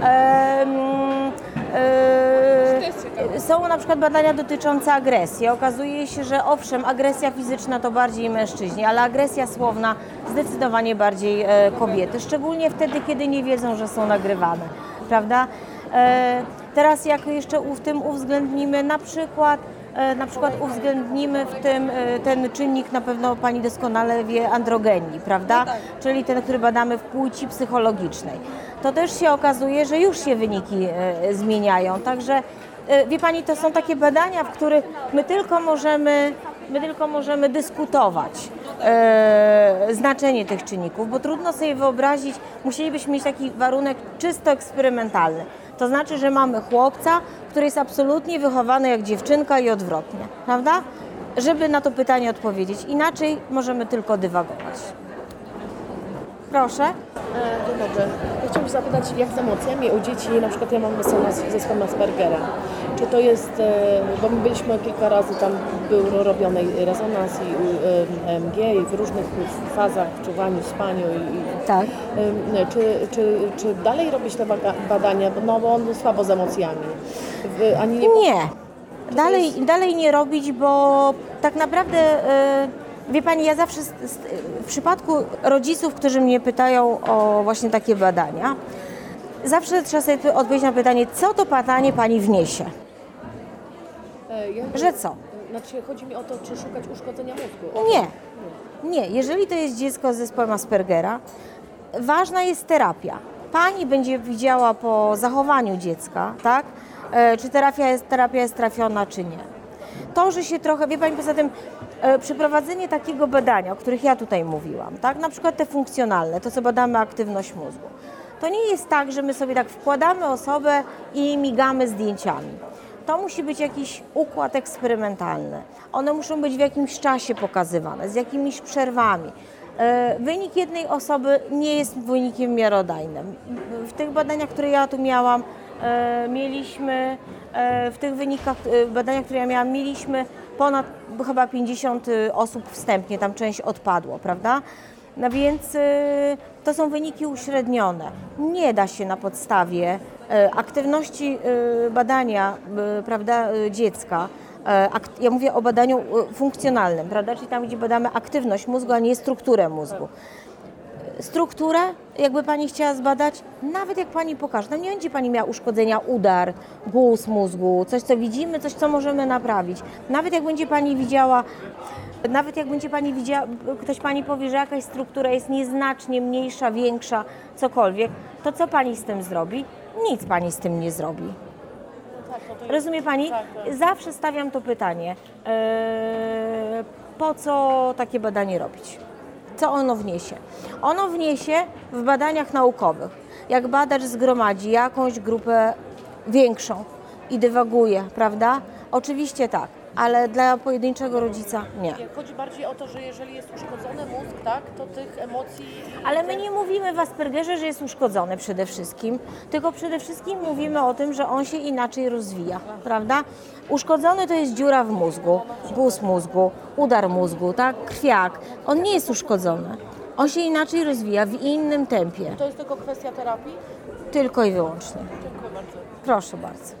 Są na przykład badania dotyczące agresji. Okazuje się, że owszem, agresja fizyczna to bardziej mężczyźni, ale agresja słowna zdecydowanie bardziej kobiety, szczególnie wtedy, kiedy nie wiedzą, że są nagrywane, prawda? Teraz jak jeszcze w tym uwzględnimy na przykład uwzględnimy w tym ten czynnik, na pewno Pani doskonale wie, androgenii, prawda? No tak. Czyli ten, który badamy w płci psychologicznej. To też się okazuje, że już się wyniki zmieniają. Także wie Pani, to są takie badania, w których my tylko możemy My tylko możemy dyskutować znaczenie tych czynników, bo trudno sobie wyobrazić, musielibyśmy mieć taki warunek czysto eksperymentalny. To znaczy, że mamy chłopca, który jest absolutnie wychowany jak dziewczynka i odwrotnie, prawda? Żeby na to pytanie odpowiedzieć. Inaczej możemy tylko dywagować. Proszę. Dzień dobry. Ja chciałabym zapytać, jak z emocjami u dzieci, na przykład ja mam zespół Aspergera. Czy to jest, bo my byliśmy kilka razy, tam był robiony rezonans i EMG i w różnych fazach, w czuwaniu, spaniu Tak. Czy dalej robić te badania, bo on słabo z emocjami? Ani Nie. Dalej nie robić, bo tak naprawdę, wie Pani, ja zawsze w przypadku rodziców, którzy mnie pytają o właśnie takie badania, zawsze trzeba sobie odpowiedzieć na pytanie, co to badanie Pani wniesie? Że co? Znaczy, chodzi mi o to, czy szukać uszkodzenia mózgu. Nie. Jeżeli to jest dziecko z zespołem Aspergera, ważna jest terapia. Pani będzie widziała po zachowaniu dziecka, tak? Czy terapia jest trafiona, czy nie. To, że się trochę, wie Pani, poza tym przeprowadzenie takiego badania, o których ja tutaj mówiłam, tak? Na przykład te funkcjonalne, to co badamy aktywność mózgu. To nie jest tak, że my sobie tak wkładamy osobę i migamy zdjęciami. To musi być jakiś układ eksperymentalny. One muszą być w jakimś czasie pokazywane, z jakimiś przerwami. Wynik jednej osoby nie jest wynikiem miarodajnym. W tych badaniach, które ja tu miałam, mieliśmy, w tych wynikach, badaniach, które ja miałam, mieliśmy ponad chyba 50 osób wstępnie, tam część odpadło, prawda? No więc to są wyniki uśrednione. Nie da się na podstawie aktywności badania, prawda, dziecka, ja mówię o badaniu funkcjonalnym, prawda, czyli tam, gdzie badamy aktywność mózgu, a nie strukturę mózgu. Strukturę, jakby Pani chciała zbadać, nawet jak Pani pokaże, tam nie będzie Pani miała uszkodzenia udar, guz mózgu, coś co widzimy, coś co możemy naprawić. Nawet jak będzie Pani widziała, ktoś Pani powie, że jakaś struktura jest nieznacznie mniejsza, większa, cokolwiek, to co Pani z tym zrobi? Nic Pani z tym nie zrobi. Rozumie Pani? Zawsze stawiam to pytanie, po co takie badanie robić? Co ono wniesie? Ono wniesie w badaniach naukowych. Jak badacz zgromadzi jakąś grupę większą i dywaguje, prawda? Oczywiście tak, ale dla pojedynczego rodzica nie. Chodzi bardziej o to, że jeżeli jest uszkodzony mózg, tak, to tych emocji... Ale my nie mówimy w Aspergerze, że jest uszkodzony przede wszystkim, tylko przede wszystkim mówimy o tym, że on się inaczej rozwija, prawda? Uszkodzony to jest dziura w mózgu, guz mózgu, udar mózgu, tak? Krwiak. On nie jest uszkodzony. On się inaczej rozwija w innym tempie. To jest tylko kwestia terapii? Tylko i wyłącznie. Dziękuję bardzo. Proszę bardzo.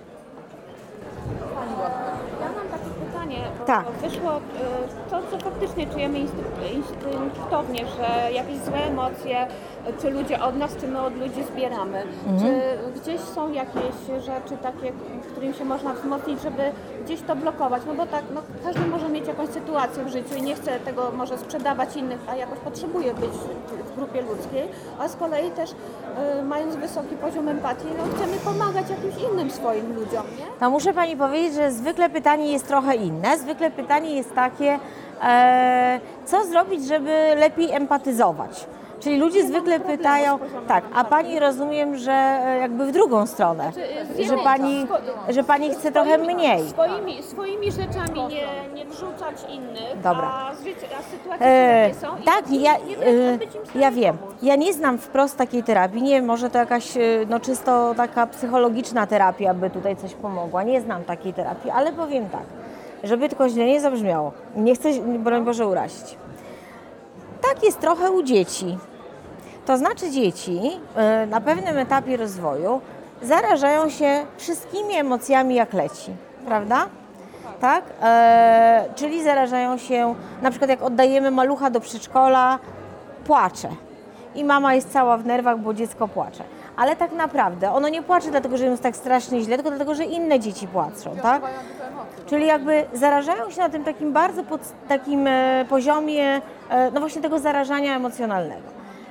Ja mam takie pytanie, bo Tak. wyszło to, co faktycznie czujemy instynktownie, że jakieś złe emocje, czy ludzie od nas, czy my od ludzi zbieramy. Czy gdzieś są jakieś rzeczy takie, którym się można wzmocnić, żeby gdzieś to blokować? No bo tak, no, każdy może mieć jakąś sytuację w życiu i nie chce tego może sprzedawać innych, a jakoś potrzebuje być w grupie ludzkiej, a z kolei też mając wysoki poziom empatii, no, chcemy pomagać jakimś innym swoim ludziom, nie? To muszę Pani powiedzieć, że zwykle pytanie jest trochę inne. Zwykle pytanie jest takie, co zrobić, żeby lepiej empatyzować? Czyli ludzie zwykle pytają, tak, a Pani rozumiem, że jakby w drugą stronę, że Pani chce trochę mniej. Swoimi rzeczami nie wrzucać innych, Dobra. a sytuacje, jakie są. Tak, ja wiem. Ja nie znam wprost takiej terapii. Nie wiem, może to jakaś no, czysto taka psychologiczna terapia by tutaj coś pomogła. Nie znam takiej terapii, ale powiem tak, żeby tylko źle nie zabrzmiało. Nie chcę, broń Boże, urazić. Tak jest trochę u dzieci. To znaczy dzieci na pewnym etapie rozwoju zarażają się wszystkimi emocjami jak leci, prawda? Tak? Czyli zarażają się, na przykład jak oddajemy malucha do przedszkola, płacze i mama jest cała w nerwach, bo dziecko płacze. Ale tak naprawdę ono nie płacze dlatego, że jest tak strasznie źle, tylko dlatego, że inne dzieci płaczą, tak? Czyli jakby zarażają się na tym takim bardzo takim poziomie, no właśnie tego zarażania emocjonalnego.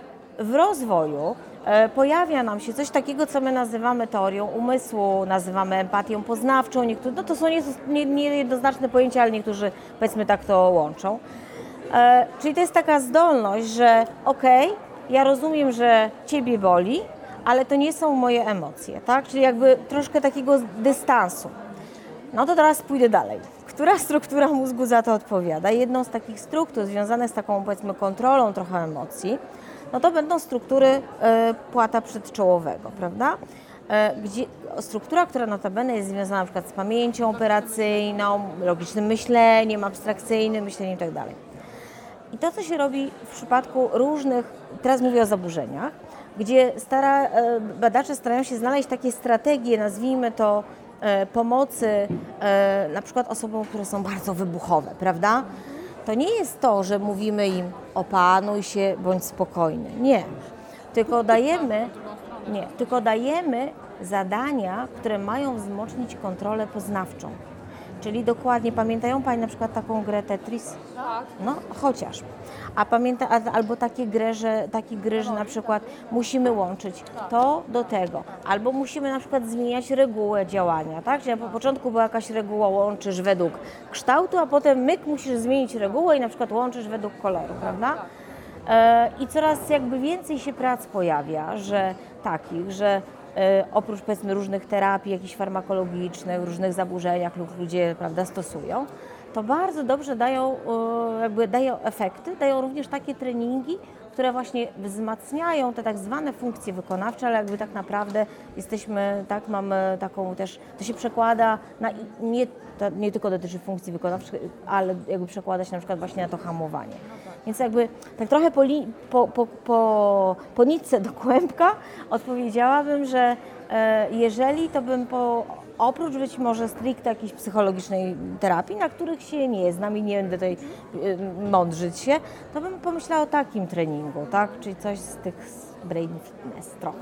w rozwoju pojawia nam się coś takiego, co my nazywamy teorią umysłu, nazywamy empatią poznawczą. No to są niejednoznaczne pojęcia, ale niektórzy powiedzmy tak to łączą. Czyli to jest taka zdolność, że ja rozumiem, że Ciebie boli, ale to nie są moje emocje, tak? Czyli jakby troszkę takiego dystansu. No to teraz pójdę dalej. Która struktura mózgu za to odpowiada? Jedną z takich struktur związanych z taką, powiedzmy, kontrolą trochę emocji, no to będą struktury płata przedczołowego, prawda? Gdzie struktura, która notabene jest związana na przykład z pamięcią operacyjną, logicznym myśleniem, abstrakcyjnym myśleniem itd. I to, co się robi w przypadku różnych, teraz mówię o zaburzeniach, gdzie badacze starają się znaleźć takie strategie, nazwijmy to, pomocy na przykład osobom, które są bardzo wybuchowe, prawda? To nie jest to, że mówimy im opanuj się, bądź spokojny. Nie. Tylko dajemy zadania, które mają wzmocnić kontrolę poznawczą. Czyli dokładnie, pamiętają Pani na przykład taką grę Tetris? Tak. No, chociaż. Albo takie gry, że na przykład musimy łączyć to do tego. Albo musimy na przykład zmieniać regułę działania, tak? Czyli po początku była jakaś reguła, łączysz według kształtu, a potem musisz zmienić regułę i na przykład łączysz według koloru, prawda? I coraz jakby więcej się prac pojawia, że oprócz powiedzmy różnych terapii, jakichś farmakologicznych, różnych zaburzeniach lub ludzie, prawda, stosują, to bardzo dobrze dają efekty, dają również takie treningi, które właśnie wzmacniają te tak zwane funkcje wykonawcze, ale jakby tak naprawdę mamy taką też, to się przekłada na, nie tylko dotyczy funkcji wykonawczych, ale jakby przekłada się na przykład właśnie na to hamowanie. Więc jakby tak trochę po nitce do kłębka odpowiedziałabym, że jeżeli to bym oprócz być może stricte jakiejś psychologicznej terapii, na których się nie znam i nie będę tutaj mądrzyć się, to bym pomyślała o takim treningu, tak? Czyli coś z tych brain fitness trochę.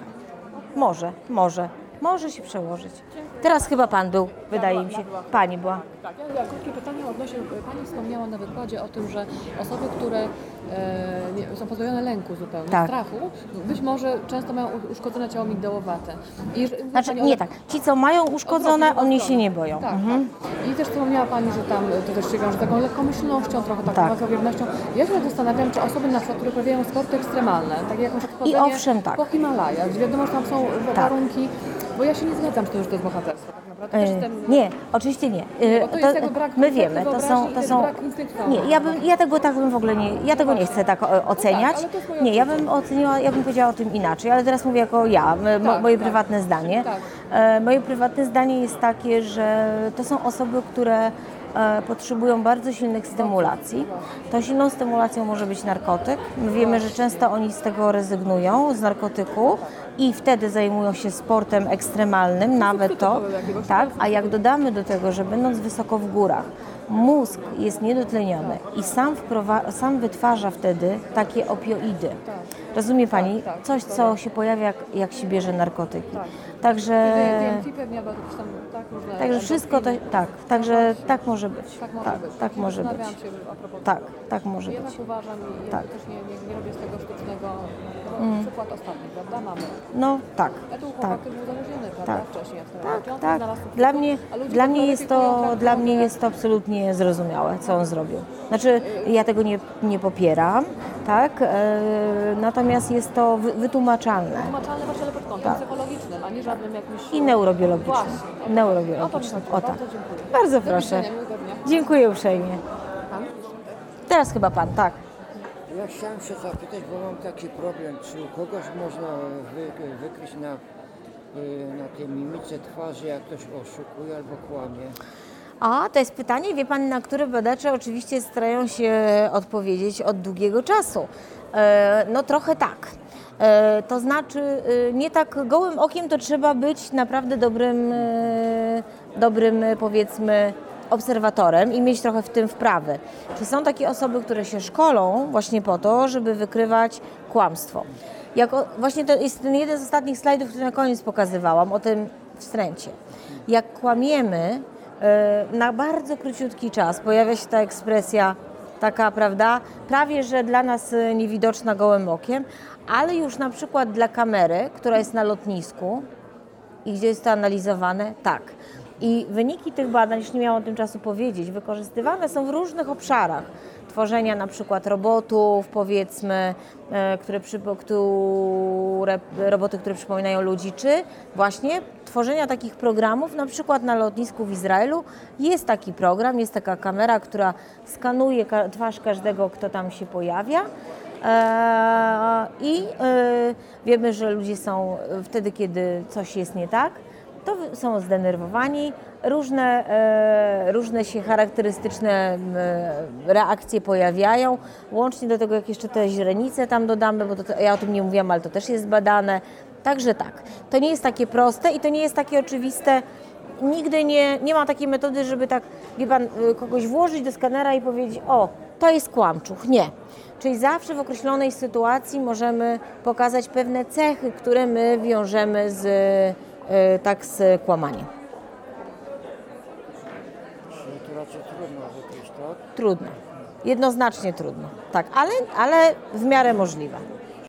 Może się przełożyć. Teraz chyba Pan był, wydaje mi się. Pani była. Tak, ja krótkie pytanie odnośnie, Pani wspomniała na wykładzie o tym, że osoby, które są pozbawione lęku zupełnie, strachu, być może często mają uszkodzone ciało migdałowate. Ci co mają uszkodzone, oni się nie boją. Tak. I też wspomniała Pani, że tam to też się wiąże z taką lekkomyślnością, trochę taką łatwowiernością. Ja się zastanawiam, czy osoby na przykład, które uprawiają sporty ekstremalne, takie jak na przykład chodzenie po Himalajach, gdzie wiadomo, że tam są warunki, bo ja się nie zgadzam z tym, że to jest bohaterstwo. Tak naprawdę. Nie, oczywiście nie. Bo to jest jakby brak my wiemy, to są brak instynktu. Nie, ja tego tak bym w ogóle nie, ja tego nie chcę tak oceniać. ale to jest moje Nie, ja bym oceniła, ja bym powiedziała o tym inaczej, ale teraz mówię jako ja, moje prywatne zdanie. Moje prywatne zdanie jest takie, że to są osoby, które potrzebują bardzo silnych stymulacji. Tą silną stymulacją może być narkotyk. My wiemy, że często oni z tego rezygnują, z narkotyku i wtedy zajmują się sportem ekstremalnym, nawet to, tak, a jak dodamy do tego, że będąc wysoko w górach, mózg jest niedotleniony i sam wytwarza wtedy takie opioidy. Rozumie Pani? Coś, co się pojawia, jak się bierze narkotyki. Także wszystko to, także tak może być. Tak może być. Tak może być. Jednak uważam i ja też nie robię z tego sztucznego przykład ostatni, prawda? Mamy. No tak. Chłopak był założony, prawda? Wcześniej. Tak. Dla mnie jest to absolutnie zrozumiałe, co on zrobił. Znaczy, ja tego nie popieram, tak? Natomiast jest to wytłumaczalne. Wytłumaczalne właśnie pod kątem psychologicznym, a nie żadnym jakimś... I neurobiologicznym. O tak. Bardzo proszę. Dziękuję uprzejmie. Teraz chyba Pan, tak. Ja chciałem się zapytać, bo mam taki problem, czy u kogoś można wykryć na tej mimice twarzy, jak ktoś oszukuje albo kłamie? To jest pytanie, wie Pan, na które badacze oczywiście starają się odpowiedzieć od długiego czasu. No trochę tak. To znaczy, nie tak gołym okiem to trzeba być naprawdę dobrym powiedzmy, obserwatorem i mieć trochę w tym wprawy. Czy są takie osoby, które się szkolą właśnie po to, żeby wykrywać kłamstwo? Właśnie to jest ten jeden z ostatnich slajdów, który na koniec pokazywałam, o tym wstręcie. Jak kłamiemy, na bardzo króciutki czas pojawia się ta ekspresja taka, prawda, prawie że dla nas niewidoczna gołym okiem, ale już na przykład dla kamery, która jest na lotnisku i gdzie jest to analizowane, tak. I wyniki tych badań, już nie miałam o tym czasu powiedzieć, wykorzystywane są w różnych obszarach. Tworzenia na przykład robotów, powiedzmy, roboty, które przypominają ludzi, czy właśnie tworzenia takich programów, na przykład na lotnisku w Izraelu jest taki program, jest taka kamera, która skanuje twarz każdego, kto tam się pojawia. I wiemy, że ludzie są wtedy, kiedy coś jest nie tak, to są zdenerwowani, różne się charakterystyczne reakcje pojawiają, łącznie do tego, jak jeszcze te źrenice tam dodamy, bo ja o tym nie mówiłam, ale to też jest badane. Także tak, to nie jest takie proste i to nie jest takie oczywiste. Nigdy nie ma takiej metody, żeby tak, wie pan, kogoś włożyć do skanera i powiedzieć, o, to jest kłamczuch. Nie. Czyli zawsze w określonej sytuacji możemy pokazać pewne cechy, które my wiążemy z kłamaniem. Czyli to raczej trudno wykryć, tak? Trudno. Jednoznacznie trudno. Tak, ale w miarę możliwe.